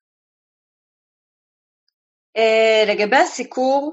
לגבי הסיקור,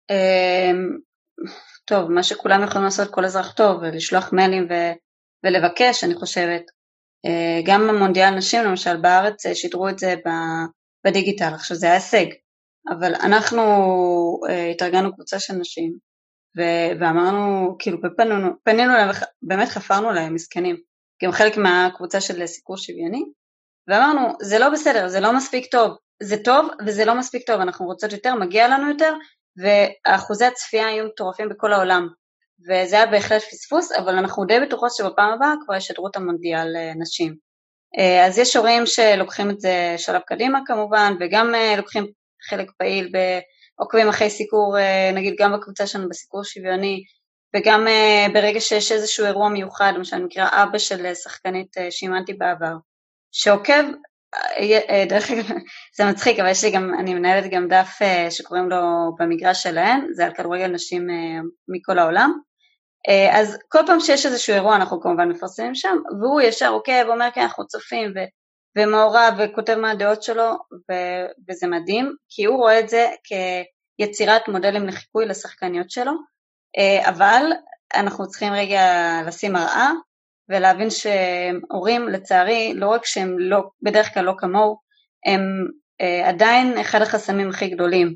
טוב, מה שכולם יכולים לעשות, כל אזרח טוב, לשלוח מיילים ולבקש, אני חושבת. גם במונדיאל נשים, למשל בארץ, שידרו את זה בדיגיטל, עכשיו זה היה הישג, אבל אנחנו התארגנו קבוצה של נשים, ואמרנו, כאילו פנינו להם, באמת חפרנו להם מסכנים, גם חלק מהקבוצה של סיקור שוויוני, ואמרנו, זה לא בסדר, זה לא מספיק טוב, זה טוב וזה לא מספיק טוב, אנחנו רוצות יותר, מגיע לנו יותר, ואחוזי הצפייה היו מטורפים בכל העולם, וזה היה בהחלט פספוס, אבל אנחנו די בטוחות שבפעם הבאה כבר ישדרו את המונדיאל נשים. אז יש הורים שלוקחים את זה שלב קדימה כמובן, וגם לוקחים חלק פעיל בעוקבים אחרי סיקור, נגיד גם בקבוצה שלנו בסיקור שוויוני, וגם ברגע שיש איזשהו אירוע מיוחד, למשל נקרא אבא של שחקנית שאימנתי בעבר, שעוקב, דרך אגב, זה מצחיק, אבל אני מנהלת גם דף שקוראים לו במגרש שלהן, זה על כדורגל נשים מכל העולם, אז כל פעם שיש איזשהו אירוע אנחנו כמובן מפרסמים שם, והוא ישר עוקב ואומר כן אנחנו צופים ומעורב וכותב מה הדעות שלו, וזה מדהים, כי הוא רואה את זה כיצירת מודלים לחיקוי לשחקניות שלו, אבל אנחנו צריכים רגע לשים מראה, ולהבין שהורים לצערי, לא רק שהם בדרך כלל לא כמוהו, הם עדיין אחד החסמים הכי גדולים,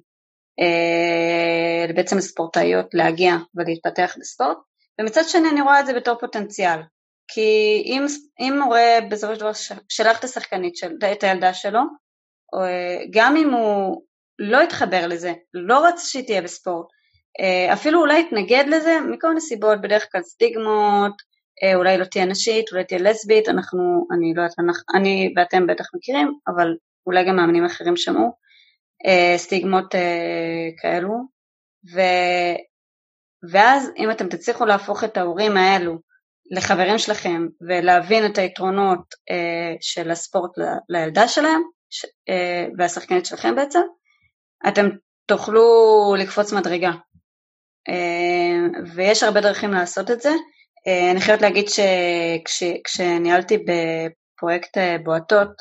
בעצם לספורטאיות להגיע ולהתפתח בספורט, ומצד שני אני רואה את זה בתור פוטנציאל, כי אם מורה בסופו של דבר שלח את השחקנית, את הילדה שלו, גם אם הוא לא התחבר לזה, לא רצה שהיא תהיה בספורט, אפילו אולי התנגד לזה, מכל מיני סיבות, בדרך כלל סטיגמות, אולי לא תהיה נשית, אולי תהיה לסבית, אני לא יודעת, אני ואתם בטח מכירים, אבל אולי גם מאמנים אחרים שמעו, סטיגמות כאלו, ואז אם אתם תצליחו להפוך את ההורים האלו לחברים שלכם, ולהבין את היתרונות של הספורט לילדה שלהם, והשחקנית שלכם בעצם, אתם תוכלו לקפוץ מדרגה. ויש הרבה דרכים לעשות את זה. אני חייבת להגיד שכשניהלתי בפרויקט בועטות,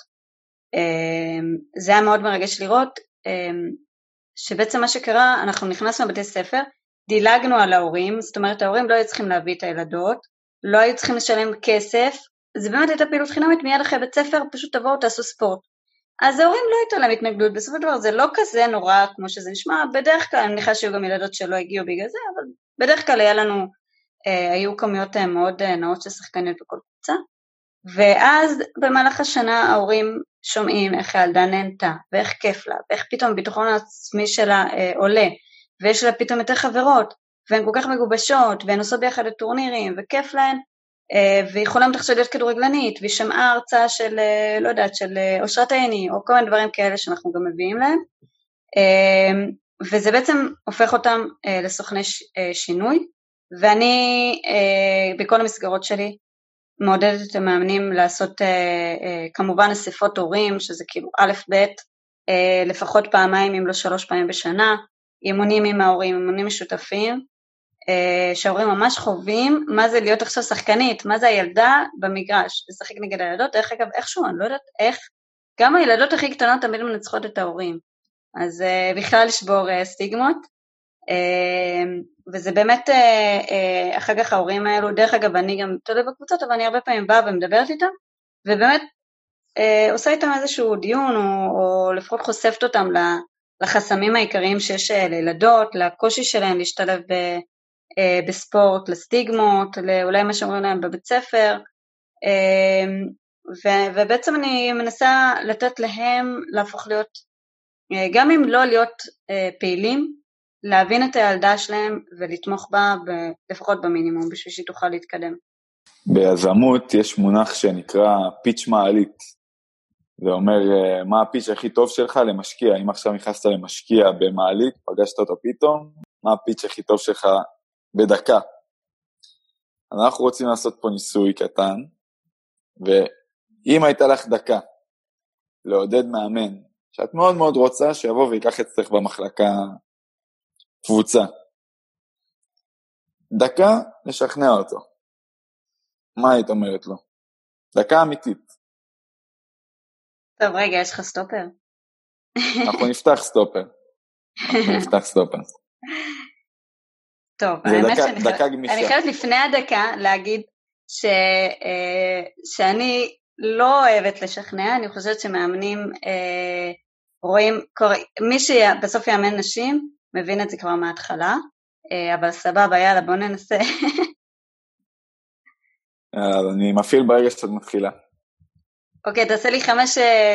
זה היה מאוד מרגש לראות, שבעצם מה שקרה, אנחנו נכנסנו לבתי ספר, דילגנו על ההורים, זאת אומרת ההורים לא היו צריכים להביא את הילדות, לא היו צריכים לשלם כסף, זה באמת הייתה פעילות חינמית, מיד אחרי בית ספר, פשוט תבואו תעשו ספורט. אז ההורים לא הייתה להם התנגדות, בסופו של דבר זה לא כזה נורא כמו שזה נשמע, בדרך כלל, אני מניחה שהיו גם ילדות שלא הגיעו בגלל זה, אבל בדרך כלל היו כמויות מאוד נאות של שחקניות בכל קבוצה, ואז במהלך השנה ההורים שומעים איך הילדה נהנתה, ואיך כיף לה, ואיך פתאום ביטחון העצמי שלה עולה, ויש לה פתאום יותר חברות, והן כל כך מגובשות, והן עושות ביחד לטורנירים, וכיף להן, ויכולה מתחשב להיות כדורגלנית, והיא שמעה הרצאה של, לא יודעת, של אושרת עיני, או כל מיני דברים כאלה שאנחנו גם מביאים להם, וזה בעצם הופך אותם לסוכני שינוי, ואני בכל המסגרות שלי מעודדת את המאמנים לעשות כמובן אספות הורים, שזה כאילו א' ב', לפחות פעמיים אם לא 3 פעמים בשנה, אימונים עם ההורים, אימונים משותפים, שההורים ממש חווים מה זה להיות עכשיו שחקנית, מה זה הילדה במגרש, לשחק נגד הילדות, דרך אגב איכשהו, אני לא יודעת איך, גם הילדות הכי קטנות תמיד מנצחות את ההורים, אז בכלל לשבור סטיגמות, וזה באמת, אחר כך ההורים האלו, דרך אגב אני גם תולה בקבוצות, אבל אני הרבה פעמים באה ומדברת איתם, ובאמת עושה איתם איזשהו דיון, או לפחות חושפת אותם לחסמים העיקריים שיש לילדות, לקושי שלהם להשתלב בספורט, לסטיגמות, אולי מה שאומרים להם בבית ספר, ובעצם אני מנסה לתת להם להפוך להיות, גם אם לא להיות פעילים, להבין את הילדה שלהם ולתמוך בה לפחות במינימום, בשביל שהיא תוכל להתקדם. ביזמות יש מונח שנקרא פיץ' מעלית, זה אומר מה הפיץ' הכי טוב שלך למשקיע, אם עכשיו נכנסת למשקיע במעלית, פגשת אותו פתאום, מה הפיץ' הכי טוב שלך בדקה. אנחנו רוצים לעשות פה ניסוי קטן, ואם הייתה לך דקה לעודד מאמן, שאת מאוד מאוד רוצה שיבוא ויקח אצלך במחלקה קבוצה, דקה לשכנע אותו, מה היית אומרת לו? דקה אמיתית. טוב, רגע, יש לך סטופר? אנחנו נפתח סטופר. טוב, האמת שאני חייבת לפני הדקה להגיד שאני לא אוהבת לשכנע, אני חושבת שמאמנים רואים, מי שבסוף יאמן נשים, מבין את זה כבר מההתחלה, אבל סבבה, יאללה, בוא ננסה. אני מפעיל ברגע שאת מתחילה. אוקיי, תעשה לי 5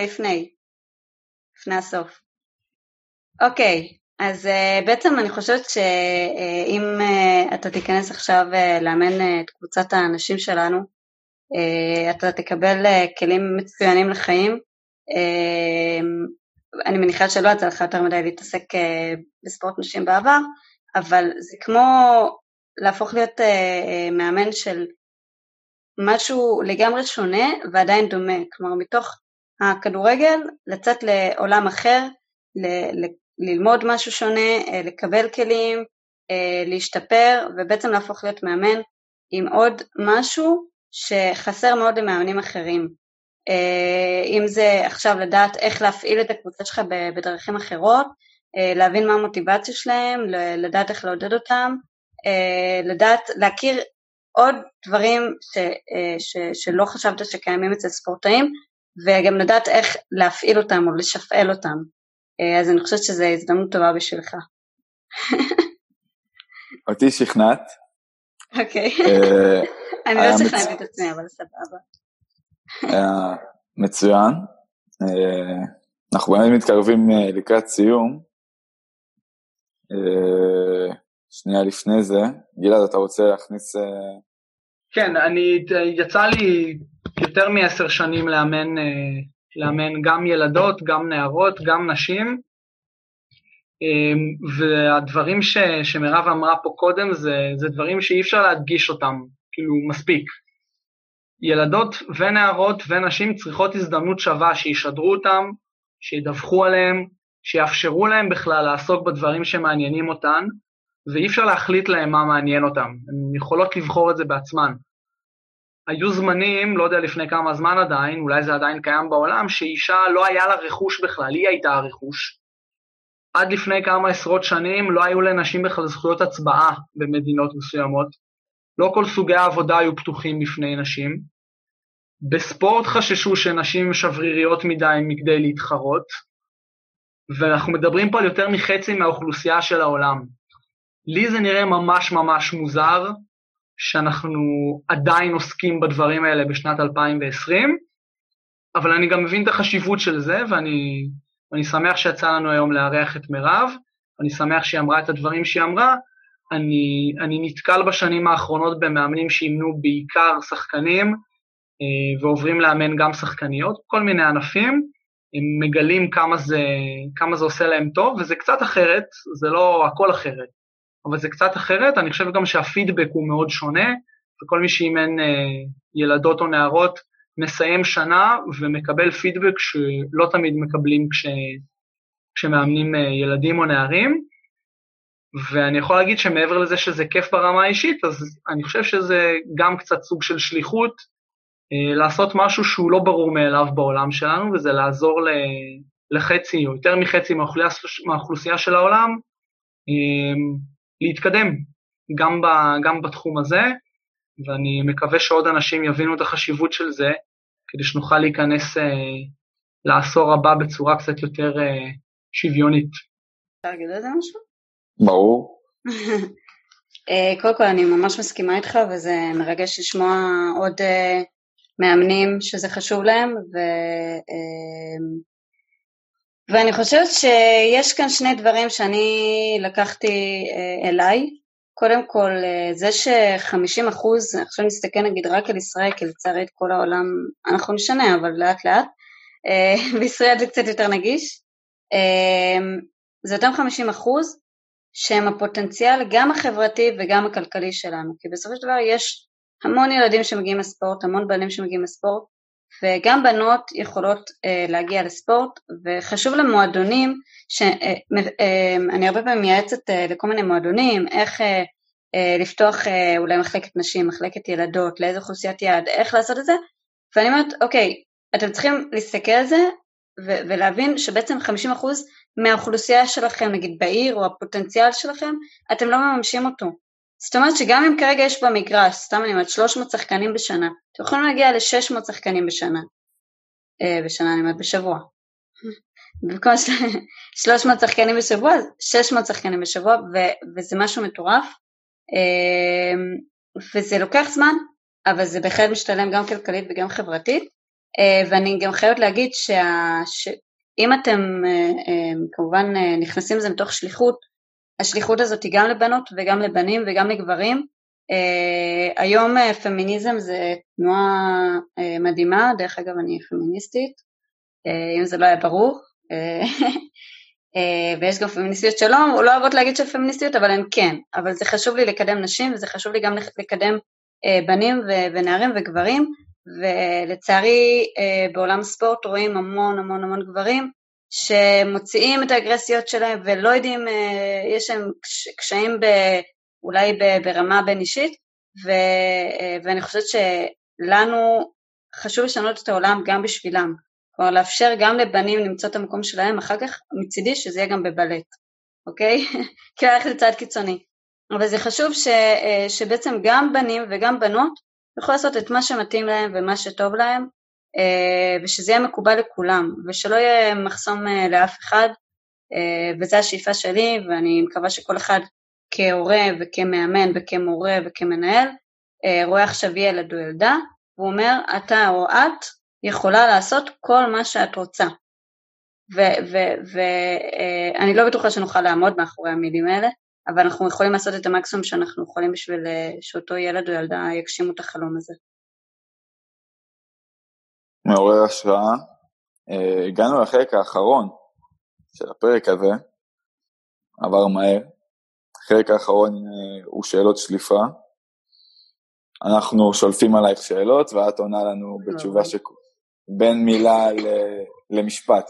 לפני הסוף. אוקיי, אז בעצם אני חושבת שאם אתה תיכנס עכשיו לאמן את קבוצת האנשים שלנו, אתה תקבל כלים מצוינים לחיים, אני מניחה שלא יצא לך יותר מדי להתעסק בספורט נשים בעבר, אבל זה כמו להפוך להיות מאמן של משהו לגמרי שונה ועדיין דומה, כלומר מתוך הכדורגל לצאת לעולם אחר, ללמוד משהו שונה, לקבל כלים, להשתפר ובעצם להפוך להיות מאמן עם עוד משהו שחסר מאוד למאמנים אחרים. אם זה עכשיו לדעת איך להפעיל את הקבוצה שלך בדרכים אחרות, להבין מה המוטיבציה שלהם, לדעת איך לעודד אותם, לדעת להכיר עוד דברים שלא חשבת שקיימים אצל ספורטאים, וגם לדעת איך להפעיל אותם או לשפעל אותם. אז אני חושבת שזו הזדמנות טובה בשבילך. אותי שכנעת. אוקיי. אני לא שכנעתי את עצמי, אבל סבבה. מצוין. אנחנו באמת מתקרבים לקראת סיום. שנייה לפני זה. גלעד, אתה רוצה להכניס... כן, יצא לי יותר מ10 שנים לאמן גם ילדות, גם נערות, גם נשים. והדברים שמרב אמרה פה קודם זה דברים שאי אפשר להדגיש אותם, כאילו מספיק. ילדות ונערות ונשים צריכות הזדמנות שווה שישדרו אותם, שידווחו עליהם, שיאפשרו להם בכלל לעסוק בדברים שמעניינים אותן, ואי אפשר להחליט להם מה מעניין אותם, הן יכולות לבחור את זה בעצמן. היו זמנים, לא יודע לפני כמה זמן עדיין, אולי זה עדיין קיים בעולם, שאישה לא היה לה רכוש בכלל, היא הייתה הרכוש. עד לפני כמה עשרות שנים לא היו לנשים בכלל זכויות הצבעה במדינות מסוימות, לא כל סוגי העבודה היו פתוחים בפני נשים, בספורט חששו שנשים שבריריות מדי מכדי להתחרות, ואנחנו מדברים פה על יותר מחצי מהאוכלוסייה של העולם. לי זה נראה ממש ממש מוזר, שאנחנו עדיין עוסקים בדברים האלה בשנת 2020, אבל אני גם מבין את החשיבות של זה, ואני שמח שיצא לנו היום לארח את מרב, אני שמח שהיא אמרה את הדברים שהיא אמרה, אני נתקל בשנים האחרונות במאמנים שימנו בעיקר שחקנים, ועוברים לאמן גם שחקניות, כל מיני ענפים, הם מגלים כמה זה עושה להם טוב, וזה קצת אחרת, זה לא הכל אחרת, אבל זה קצת אחרת, אני חושב גם שהפידבק הוא מאוד שונה, וכל מי שאימן ילדות או נערות מסיים שנה ומקבל פידבק שלא תמיד מקבלים כשמאמנים ילדים או נערים, ואני יכול להגיד שמעבר לזה שזה כיף ברמה האישית, אז אני חושב שזה גם קצת סוג של שליחות, לעשות משהו שהוא לא ברור מאליו בעולם שלנו, וזה לעזור לחצי או יותר מחצי מהאוכלוסייה של העולם, להתקדם גם בתחום הזה, ואני מקווה שעוד אנשים יבינו את החשיבות של זה, כדי שנוכל להיכנס לעשור הבא בצורה קצת יותר שוויונית. אתה להגיד על זה משהו? ברור. קודם כל אני ממש מסכימה איתך, וזה מרגש לשמוע עוד מאמנים שזה חשוב להם, ואני חושבת שיש כאן שני דברים שאני לקחתי אליי. קודם כל, זה ש50%, עכשיו נסתכל נגיד רק על ישראל, כי לצערי את כל העולם אנחנו נשנה, אבל לאט לאט, בישראל זה קצת יותר נגיש, זה יותר 50%, שהם הפוטנציאל גם החברתי וגם הכלכלי שלנו, כי בסופו של דבר יש המון ילדים שמגיעים לספורט, המון בנים שמגיעים לספורט, וגם בנות יכולות להגיע לספורט, וחשוב למועדונים, אני הרבה פעמים מייעצת לכל מיני מועדונים, איך לפתוח אולי מחלקת נשים, מחלקת ילדות, לאיזו אוכלוסיית יעד, איך לעשות את זה, ואני אומרת, אוקיי, אתם צריכים להסתכל על זה, ולהבין שבעצם 50% מהאוכלוסייה שלכם, נגיד בעיר, או הפוטנציאל שלכם, אתם לא מממשים אותו. זאת אומרת שגם אם כרגע יש במגרש, סתם אני אומרת 300 שחקנים בשנה, אתם יכולים להגיע ל-600 שחקנים בשנה, אני אומרת בשבוע, במקום 300 שחקנים בשבוע, 600 שחקנים בשבוע, וזה משהו מטורף, וזה לוקח זמן, אבל זה בהחלט משתלם גם כלכלית וגם חברתית, ואני גם חייבת להגיד שאם אתם כמובן נכנסים לזה מתוך שליחות, השליחות הזאת היא גם לבנות וגם לבנים וגם לגברים. היום פמיניזם זה תנועה מדהימה, דרך אגב אני פמיניסטית, אם זה לא היה ברור, ויש גם פמיניסטיות שלא, לא אוהבות להגיד של פמיניסטיות, אבל הן כן, אבל זה חשוב לי לקדם נשים, וזה חשוב לי גם לקדם בנים ונערים וגברים, ולצערי בעולם הספורט רואים המון המון המון גברים, שמוציאים את האגרסיות שלהם ולא יודעים, יש להם קשיים אולי ברמה בין אישית, ואני חושבת שלנו חשוב לשנות את העולם גם בשבילם, כלומר לאפשר גם לבנים למצוא את המקום שלהם, אחר כך מצידי שזה יהיה גם בבלט, אוקיי? כי הולך לצד קיצוני, אבל זה חשוב שבעצם גם בנים וגם בנות יכולים לעשות את מה שמתאים להם ומה שטוב להם, ושזה יהיה מקובל לכולם, ושלא יהיה מחסום לאף אחד, וזו השאיפה שלי, ואני מקווה שכל אחד כהורה וכמאמן וכמורה וכמנהל, רואה עכשיו ילד או ילדה, והוא אומר, אתה או את יכולה לעשות כל מה שאת רוצה, ואני לא בטוחה שנוכל לעמוד מאחורי המילים האלה, אבל אנחנו יכולים לעשות את המקסימום שאנחנו יכולים בשביל שאותו ילד או ילדה יגשימו את החלום הזה. מעורר השראה. הגענו לחלק האחרון של הפרק הזה, עבר מהר. החלק האחרון הוא שאלות שליפה. אנחנו שולפים עלייך שאלות, ואת עונה לנו בתשובה בין מילה למשפט.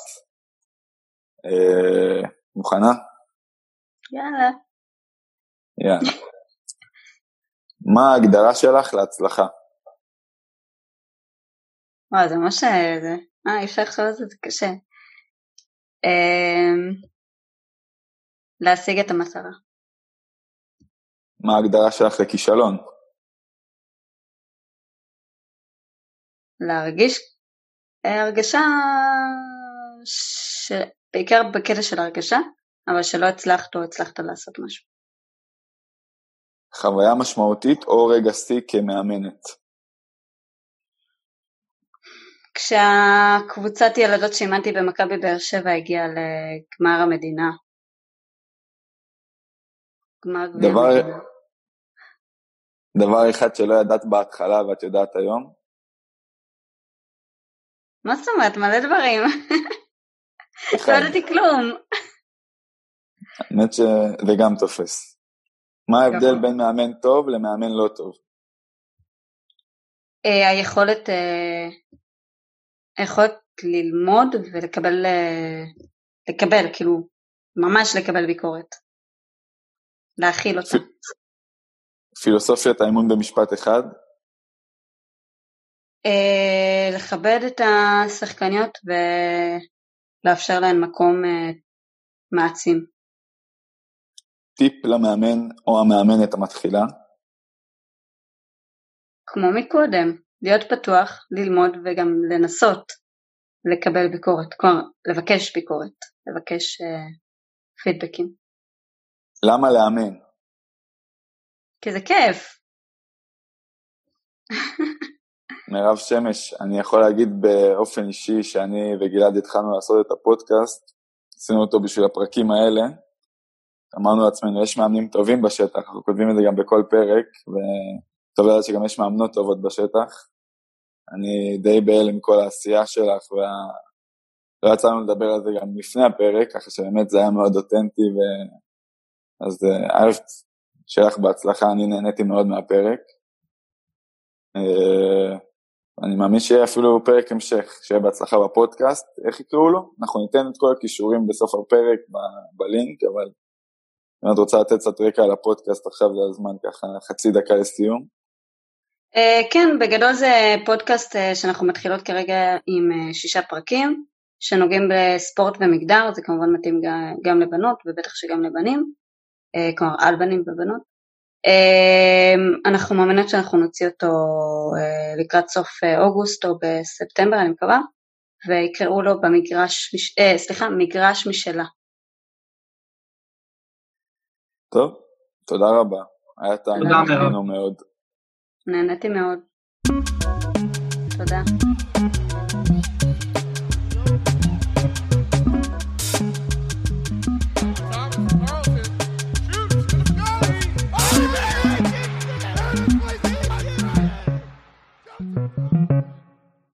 מוכנה? יאללה. יאללה. מה ההגדרה שלך להצלחה? וואו, זה ממש זה. אפשר לחשוב על זה, זה קשה. להשיג את המטרה. מה ההגדרה שלך לכישלון? להרגיש הרגשה, בעיקר בקטע של הרגשה, אבל שלא הצלחת או הצלחת לעשות משהו. חוויה משמעותית או רגע שיא כמאמנת? כשהקבוצת ילדות שאימנתי במכבי באר שבע הגיעה לגמר המדינה. דבר אחד שלא ידעת בהתחלה ואת יודעת היום? מה זאת אומרת? מלא דברים. לא ידעתי כלום. האמת שזה גם תופס. מה ההבדל בין מאמן טוב למאמן לא טוב? היכולת ללמוד ולקבל, כאילו, ממש לקבל ביקורת. להכיל אותה. פילוסופיית האימון במשפט אחד? לכבד את השחקניות ולאפשר להן מקום מעצים. טיפ למאמן או המאמנת המתחילה? כמו מקודם, להיות פתוח, ללמוד וגם לנסות לקבל ביקורת, כלומר לבקש ביקורת, לבקש פידבקים. למה לאמן? כי זה כיף. מירב שמש, אני יכול להגיד באופן אישי שאני וגלעד התחלנו לעשות את הפודקאסט, עשינו אותו בשביל הפרקים האלה, אמרנו לעצמנו, יש מאמנים טובים בשטח, אנחנו כותבים את זה גם בכל פרק, וטוב לדעת שגם יש מאמנות טובות בשטח, אני די בהלם עם כל העשייה שלך, ולא יצאנו לדבר על זה גם לפני הפרק, ככה שבאמת זה היה מאוד אותנטי, אז אהבת שלך בהצלחה, אני נהניתי מאוד מהפרק, אני מאמין שיהיה אפילו פרק המשך, שיהיה בהצלחה בפודקאסט, איך יקראו לו? אנחנו ניתן את כל הכישורים בסוף הפרק בלינק, אבל אם את רוצה לתת קצת רקע על הפודקאסט, עכשיו זה הזמן ככה, חצי דקה לסיום. כן, בגדול זה פודקאסט שאנחנו מתחילות כרגע עם 6 פרקים, שנוגעים בספורט ומגדר, זה כמובן מתאים גם לבנות, ובטח שגם לבנים, כלומר על בנים ובנות. אנחנו מאמינות שאנחנו נוציא אותו לקראת סוף אוגוסט או בספטמבר, אני מקווה, ויקראו לו מגרש משלה. טוב, תודה רבה. היה תענוג מאוד. נהניתי מאוד. תודה.